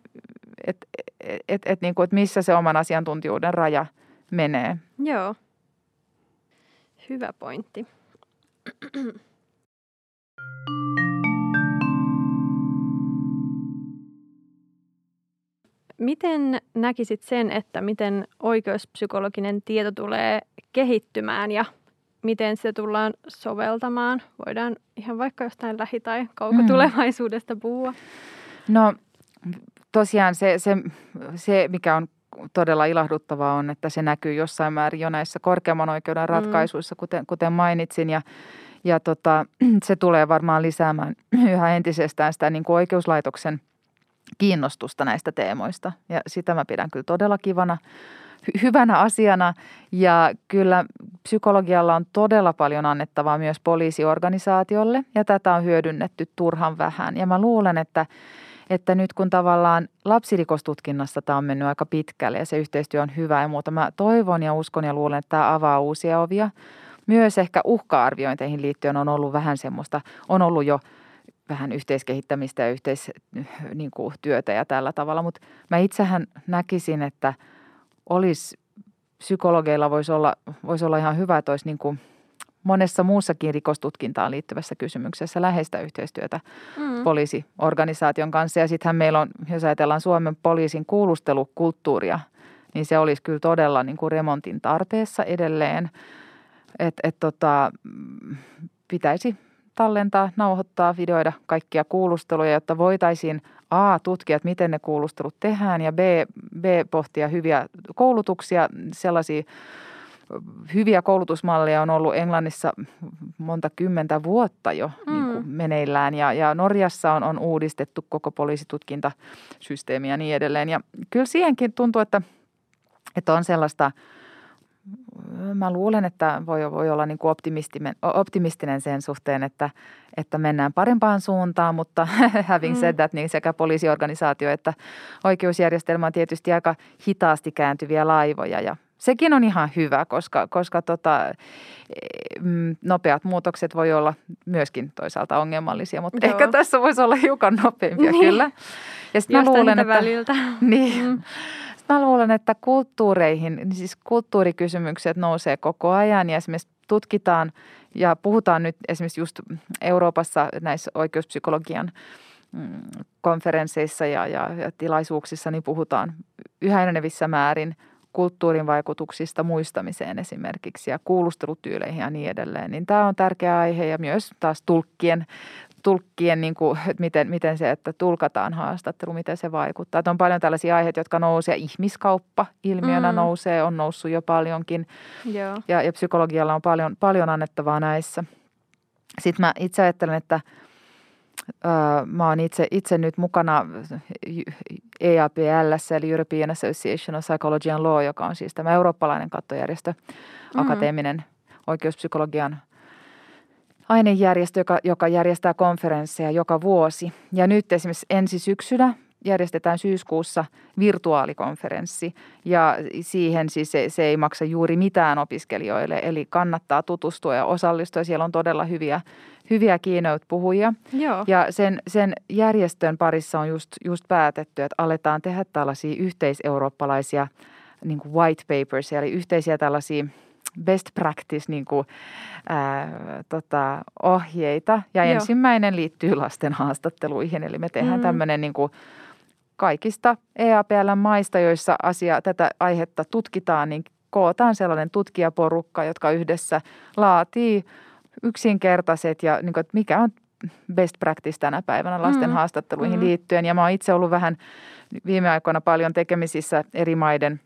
niin kuin, että missä se oman asiantuntijuuden raja menee.
Joo, hyvä pointti. Miten näkisit sen, että miten oikeuspsykologinen tieto tulee kehittymään ja miten se tullaan soveltamaan? Voidaan ihan vaikka jostain lähi- tai kaukotulevaisuudesta puhua.
No tosiaan se, mikä on todella ilahduttavaa on, että se näkyy jossain määrin jo näissä korkeamman oikeuden ratkaisuissa, kuten mainitsin. Ja se tulee varmaan lisäämään yhä entisestään sitä niin kuin oikeuslaitoksen kiinnostusta näistä teemoista. Ja sitä mä pidän kyllä todella hyvänä asiana. Ja kyllä psykologialla on todella paljon annettavaa myös poliisiorganisaatiolle ja tätä on hyödynnetty turhan vähän. Ja mä luulen, että nyt kun tavallaan lapsirikostutkinnassa tämä on mennyt aika pitkälle ja se yhteistyö on hyvä ja muuta, mä toivon ja uskon ja luulen, että tämä avaa uusia ovia. Myös ehkä uhka-arviointeihin liittyen on ollut vähän semmoista, on ollut jo vähän yhteiskehittämistä ja yhteistyötä ja tällä tavalla, mutta mä itsehän näkisin, että psykologeilla voisi olla ihan hyvä, että olisi niin kuin monessa muussakin rikostutkintaan liittyvässä kysymyksessä läheistä yhteistyötä poliisiorganisaation kanssa. Ja sittenhän meillä on, jos ajatellaan Suomen poliisin kuulustelukulttuuria, niin se olisi kyllä todella niin kuin remontin tarpeessa edelleen. Pitäisi tallentaa, nauhoittaa, videoida kaikkia kuulusteluja, jotta voitaisiin A, tutkia, miten ne kuulustelut tehdään ja B, pohtia hyviä koulutuksia. Sellaisia hyviä koulutusmalleja on ollut Englannissa monta kymmentä vuotta jo niin kuin meneillään ja Norjassa on uudistettu koko poliisitutkintasysteemi ja niin edelleen. Ja kyllä siihenkin tuntuu, että on sellaista, mä luulen, että voi olla niin kuin optimistinen sen suhteen, että mennään parempaan suuntaan, mutta having said that, niin sekä poliisiorganisaatio että oikeusjärjestelmä on tietysti aika hitaasti kääntyviä laivoja ja sekin on ihan hyvä, koska nopeat muutokset voi olla myöskin toisaalta ongelmallisia, mutta ehkä tässä voisi olla hiukan nopeampia kyllä. Ja sitten mä luulen, väliltä. Niin. Mä luulen, että kulttuureihin, siis kulttuurikysymykset nousee koko ajan ja esimerkiksi tutkitaan ja puhutaan nyt esimerkiksi just Euroopassa näissä oikeuspsykologian konferensseissa ja tilaisuuksissa, niin puhutaan yhä enenevissä määrin kulttuurin vaikutuksista muistamiseen esimerkiksi ja kuulustelutyyleihin ja niin edelleen. Niin tämä on tärkeä aihe ja myös taas tulkkien niin kuin, miten se, että tulkataan haastattelu, miten se vaikuttaa. Että on paljon tällaisia aiheita, jotka nousee. Ihmiskauppa ilmiönä nousee, on noussut jo paljonkin. Ja psykologialla on paljon annettavaa näissä. Sitten mä itse ajattelen, että mä oon itse nyt mukana EAPL, eli European Association of Psychology and Law, joka on siis tämä eurooppalainen kattojärjestö, akateeminen oikeuspsykologian ainejärjestö, joka järjestää konferensseja joka vuosi. Ja nyt esimerkiksi ensi syksynä järjestetään syyskuussa virtuaalikonferenssi ja siihen siis se ei maksa juuri mitään opiskelijoille, eli kannattaa tutustua ja osallistua. Siellä on todella hyviä keynote-puhujia.
Joo.
Ja sen järjestön parissa on just päätetty, että aletaan tehdä tällaisia yhteiseurooppalaisia niin kuin white papers, eli yhteisiä tällaisia best practice niin kuin, ohjeita. Ja
Joo.
ensimmäinen liittyy lasten haastatteluihin, eli me tehdään tämmöinen niin kuin kaikista EAPL-maista, joissa tätä aihetta tutkitaan, niin kootaan sellainen tutkijaporukka, jotka yhdessä laatii yksinkertaiset ja niin kuin, että mikä on best practice tänä päivänä lasten haastatteluihin liittyen. Ja mä oon itse ollut vähän viime aikoina paljon tekemisissä eri maiden,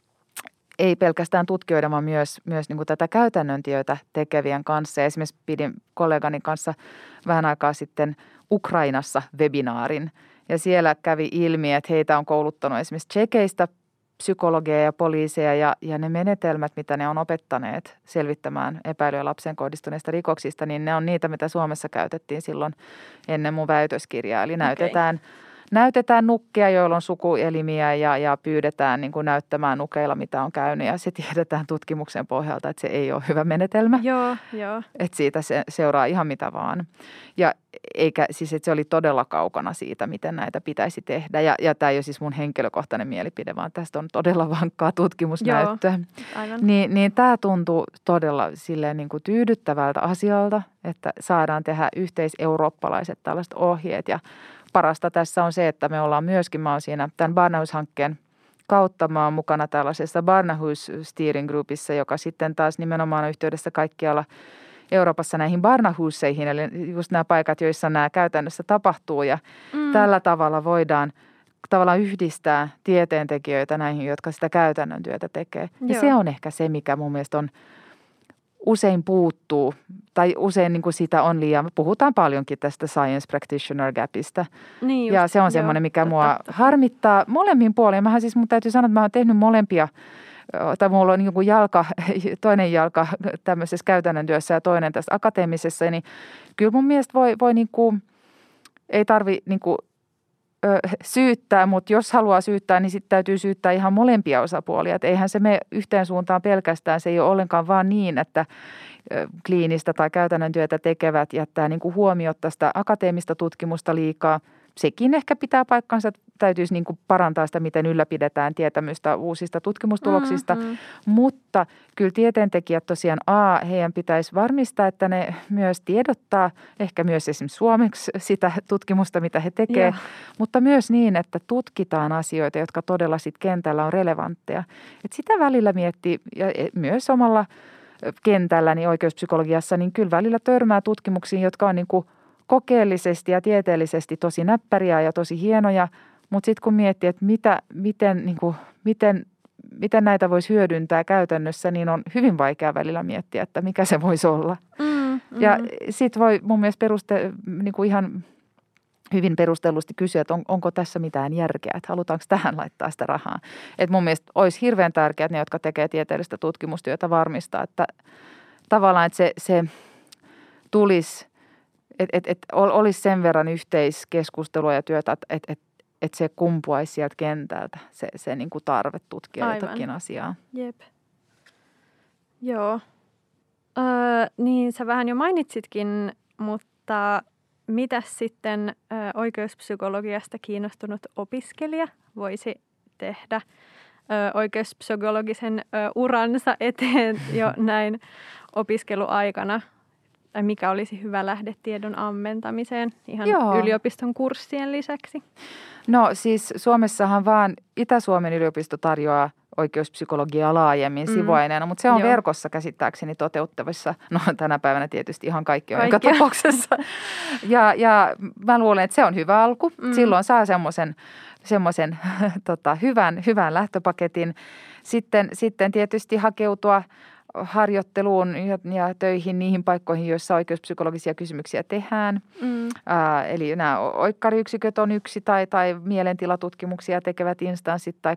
ei pelkästään tutkijoiden, vaan myös niin kuin tätä käytännön työtä tekevien kanssa. Ja esimerkiksi pidin kollegani kanssa vähän aikaa sitten Ukrainassa webinaarin. Ja siellä kävi ilmi, että heitä on kouluttanut esimerkiksi tsekeistä psykologeja ja poliiseja ja ne menetelmät, mitä ne on opettaneet selvittämään epäilyjä lapsen kohdistuneista rikoksista, niin ne on niitä, mitä Suomessa käytettiin silloin ennen mun väitöskirjaa. Eli näytetään nukkia, joilla on sukuelimiä ja pyydetään niin kuin näyttämään nukeilla, mitä on käynyt. Ja se tiedetään tutkimuksen pohjalta, että se ei ole hyvä menetelmä.
Joo.
Että siitä seuraa ihan mitä vaan. Ja eikä siis, että se oli todella kaukana siitä, miten näitä pitäisi tehdä. Ja tämä ei ole siis mun henkilökohtainen mielipide, vaan tästä on todella vankkaa tutkimusnäyttöä.
Joo, aivan.
Niin tämä tuntuu todella silleen niin kuin tyydyttävältä asialta, että saadaan tehdä yhteiseurooppalaiset tällaiset ohjeet. Ja parasta tässä on se, että mä oon siinä tämän Barnahus-hankkeen kautta. Mä oon mukana tällaisessa Barnahus Steering Groupissa, joka sitten taas nimenomaan on yhteydessä kaikkialla Euroopassa näihin Barnahuseihin, eli just nämä paikat, joissa nämä käytännössä tapahtuu. Ja tällä tavalla voidaan tavallaan yhdistää tieteentekijöitä näihin, jotka sitä käytännön työtä tekee. Ja se on ehkä se, mikä mun mielestä on usein puuttuu, tai usein niin kuin sitä on liian. Puhutaan paljonkin tästä science practitioner gapista.
Niin just,
ja se on semmoinen, mikä mua harmittaa molemmin puolin. Mun täytyy sanoa, että mä oon tehnyt molempia, tai mulla on niin kuin toinen jalka tämmöisessä käytännön työssä ja toinen tässä akateemisessa. Niin kyllä mun mielestä voi niin kuin, ei tarvi niin kuin syyttää, mutta jos haluaa syyttää, niin sitten täytyy syyttää ihan molempia osapuolia. Et eihän se mene yhteen suuntaan pelkästään. Se ei ole ollenkaan vaan niin, että kliinistä tai käytännön työtä tekevät jättää niin kuin huomiotta sitä akateemista tutkimusta liikaa. Sekin ehkä pitää paikkansa, että täytyisi niin kuin parantaa sitä, miten ylläpidetään tietämystä uusista tutkimustuloksista. Mutta kyllä tieteentekijät tosiaan heidän pitäisi varmistaa, että ne myös tiedottaa, ehkä myös esimerkiksi suomeksi sitä tutkimusta, mitä he tekevät, mutta myös niin, että tutkitaan asioita, jotka todella sitten kentällä on relevantteja. Et sitä välillä miettii ja myös omalla kentälläni oikeuspsykologiassa, niin kyllä välillä törmää tutkimuksiin, jotka on niin kuin kokeellisesti ja tieteellisesti tosi näppäriä ja tosi hienoja, mutta sitten kun miettii, että miten näitä voisi hyödyntää käytännössä, niin on hyvin vaikea välillä miettiä, että mikä se voisi olla. Ja sitten voi mun mielestä niin kuin ihan hyvin perustellusti kysyä, että onko tässä mitään järkeä, että halutaanko tähän laittaa sitä rahaa. Että mun mielestä olisi hirveän tärkeää, että ne, jotka tekee tieteellistä tutkimustyötä, varmistaa, että tavallaan että se tulisi, että olisi sen verran yhteiskeskustelua ja työtä, että se kumpuaisi sieltä kentältä, se niin kuin tarve tutkia jotakin asiaa.
Jep. Joo. Niin sä vähän jo mainitsitkin, mutta mitäs sitten oikeuspsykologiasta kiinnostunut opiskelija voisi tehdä oikeuspsykologisen uransa eteen jo näin opiskeluaikana? Tai mikä olisi hyvä lähde tiedon ammentamiseen ihan yliopiston kurssien lisäksi?
No siis Suomessahan vaan Itä-Suomen yliopisto tarjoaa oikeuspsykologiaa laajemmin sivuaineena, mutta se on verkossa käsittääkseni toteuttavissa. No tänä päivänä tietysti ihan kaikki on joka tapauksessa. Ja mä luulen, että se on hyvä alku. Silloin saa semmoisen hyvän lähtöpaketin. Sitten tietysti hakeutua harjoitteluun ja töihin niihin paikkoihin, joissa oikeuspsykologisia kysymyksiä tehdään. Eli nämä oikkariyksiköt on yksi tai mielentilatutkimuksia tekevät instanssit tai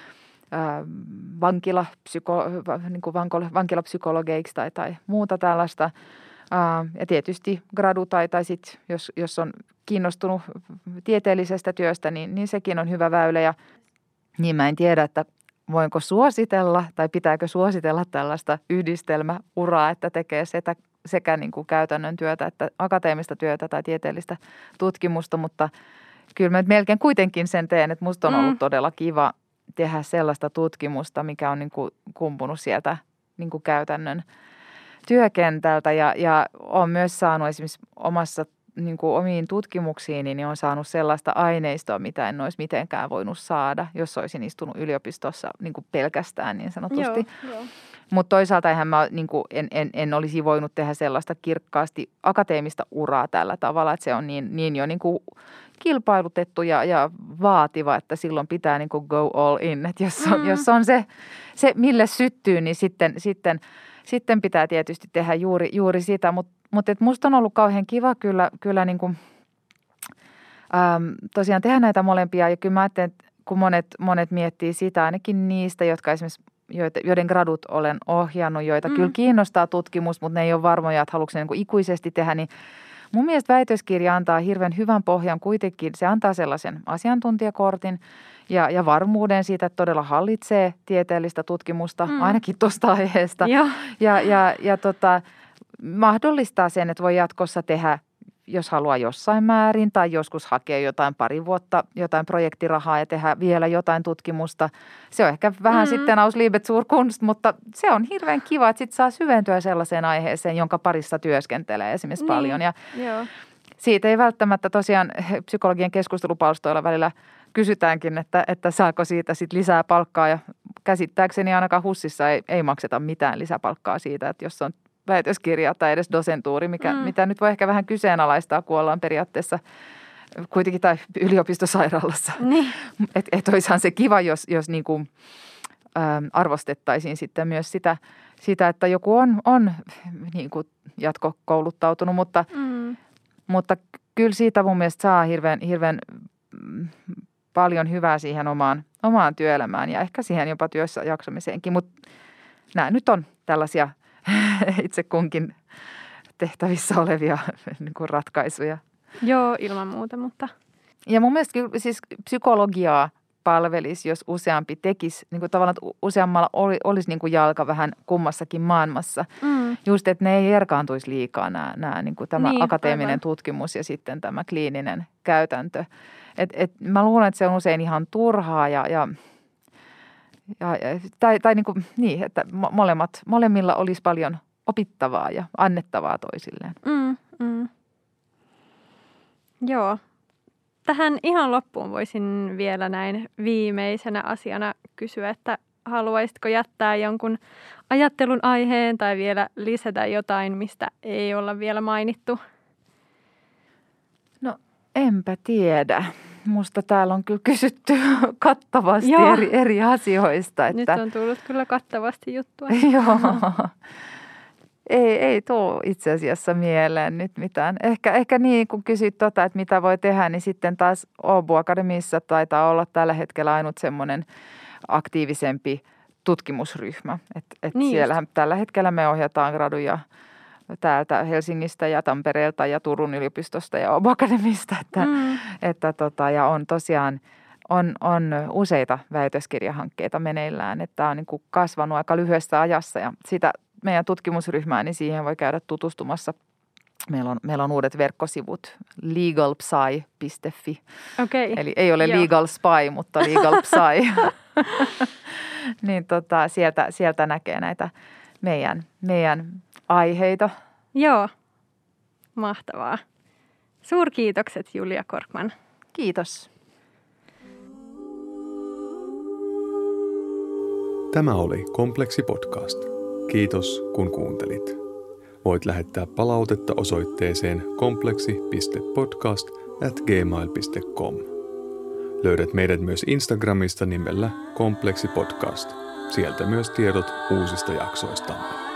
vankilapsykologeiksi tai muuta tällaista. Ja tietysti gradu tai sitten jos on kiinnostunut tieteellisestä työstä, niin sekin on hyvä väylä. Ja niin mä en tiedä, että voinko suositella tai pitääkö suositella tällaista yhdistelmäuraa, että tekee sekä niin kuin käytännön työtä että akateemista työtä tai tieteellistä tutkimusta, mutta kyllä mä melkein kuitenkin sen teen, että musta on ollut todella kiva tehdä sellaista tutkimusta, mikä on niin kuin kumpunut sieltä niin kuin käytännön työkentältä ja olen myös saanut esimerkiksi omassa niin kuin omiin tutkimuksiini, niin olen saanut sellaista aineistoa, mitä en olisi mitenkään voinut saada, jos olisin istunut yliopistossa niin kuin pelkästään niin sanotusti.
Joo.
Mutta toisaalta niin kuin en olisi voinut tehdä sellaista kirkkaasti akateemista uraa tällä tavalla, että se on niin jo niin kuin kilpailutettu ja vaativa, että silloin pitää niin kuin go all in. Että jos on se mille syttyy, niin sitten pitää tietysti tehdä juuri sitä, mutta musta on ollut kauhean kiva kyllä niin kuin, tosiaan tehdä näitä molempia. Ja kyllä mä ajattelen, että kun monet miettii sitä, ainakin niistä, jotka esimerkiksi, joiden gradut olen ohjannut, joita kyllä kiinnostaa tutkimus, mutta ne ei ole varmoja, että haluatko ne niin kuin ikuisesti tehdä, niin mun mielestä väitöskirja antaa hirveän hyvän pohjan kuitenkin. Se antaa sellaisen asiantuntijakortin ja varmuuden siitä, että todella hallitsee tieteellistä tutkimusta, ainakin tuosta aiheesta. Ja mahdollistaa sen, että voi jatkossa tehdä, jos haluaa jossain määrin tai joskus hakea jotain pari vuotta, jotain projektirahaa ja tehdä vielä jotain tutkimusta. Se on ehkä vähän sitten aus liebet zur Kunst, mutta se on hirveän kiva, että sitten saa syventyä sellaiseen aiheeseen, jonka parissa työskentelee esimerkiksi paljon. Ja siitä ei välttämättä tosiaan psykologian keskustelupalstoilla välillä kysytäänkin, että saako siitä sitten lisää palkkaa ja käsittääkseni ainakaan HUSissa ei makseta mitään lisäpalkkaa siitä, että jos on väitöskirja tai edes dosentuuri, mitä nyt voi ehkä vähän kyseenalaistaa, kun ollaan periaatteessa kuitenkin tai yliopistosairaalassa. Niin. Että olisihan se kiva, jos niin kuin, arvostettaisiin sitten myös sitä, että joku on niin kuin jatkokouluttautunut, mutta kyllä siitä mun mielestä saa hirveän paljon hyvää siihen omaan työelämään ja ehkä siihen jopa työssä jaksamiseenkin, mutta nämä nyt on tällaisia itse kunkin tehtävissä olevia niin kuin ratkaisuja.
Joo, ilman muuta, mutta.
Ja mun mielestä kyllä siis psykologiaa palvelisi, jos useampi tekisi, niin kuin tavallaan, että useammalla olisi niin kuin jalka vähän kummassakin maailmassa. Just, että ne ei erkaantuisi liikaa nämä niin kuin tämä akateeminen tutkimus ja sitten tämä kliininen käytäntö. Mä luulen, että se on usein ihan turhaa tai niin kuin, niin, että molemmilla olisi paljon opittavaa ja annettavaa toisilleen.
Joo. Tähän ihan loppuun voisin vielä näin viimeisenä asiana kysyä, että haluaisitko jättää jonkun ajattelun aiheen tai vielä lisätä jotain, mistä ei olla vielä mainittu?
No enpä tiedä. Musta täällä on kyllä kysytty kattavasti eri asioista. Että.
Nyt on tullut kyllä kattavasti juttua.
Joo. Ei tule itse asiassa mieleen nyt mitään. Ehkä niin, kun kysyt että mitä voi tehdä, niin sitten taas Åbo Akademiassa taitaa olla tällä hetkellä ainut semmoinen aktiivisempi tutkimusryhmä. Niin siellähän tällä hetkellä me ohjataan graduja täältä Helsingistä ja Tampereelta ja Turun yliopistosta ja Åbo Akademista. Ja on tosiaan on useita väitöskirjahankkeita meneillään, että tämä on niin kuin kasvanut aika lyhyessä ajassa ja sitä meidän tutkimusryhmää, niin siihen voi käydä tutustumassa. Meillä on uudet verkkosivut legalpsy.fi.
Okay.
Eli ei ole legal spy, mutta legal psy. Niin sieltä näkee näitä meidän aiheita.
Joo, mahtavaa. Suurkiitokset Julia Korkman.
Kiitos.
Tämä oli Kompleksi Podcast. Kiitos kun kuuntelit. Voit lähettää palautetta osoitteeseen kompleksi.podcast@gmail.com. Löydät meidät myös Instagramista nimellä Kompleksi Podcast. Sieltä myös tiedot uusista jaksoistamme.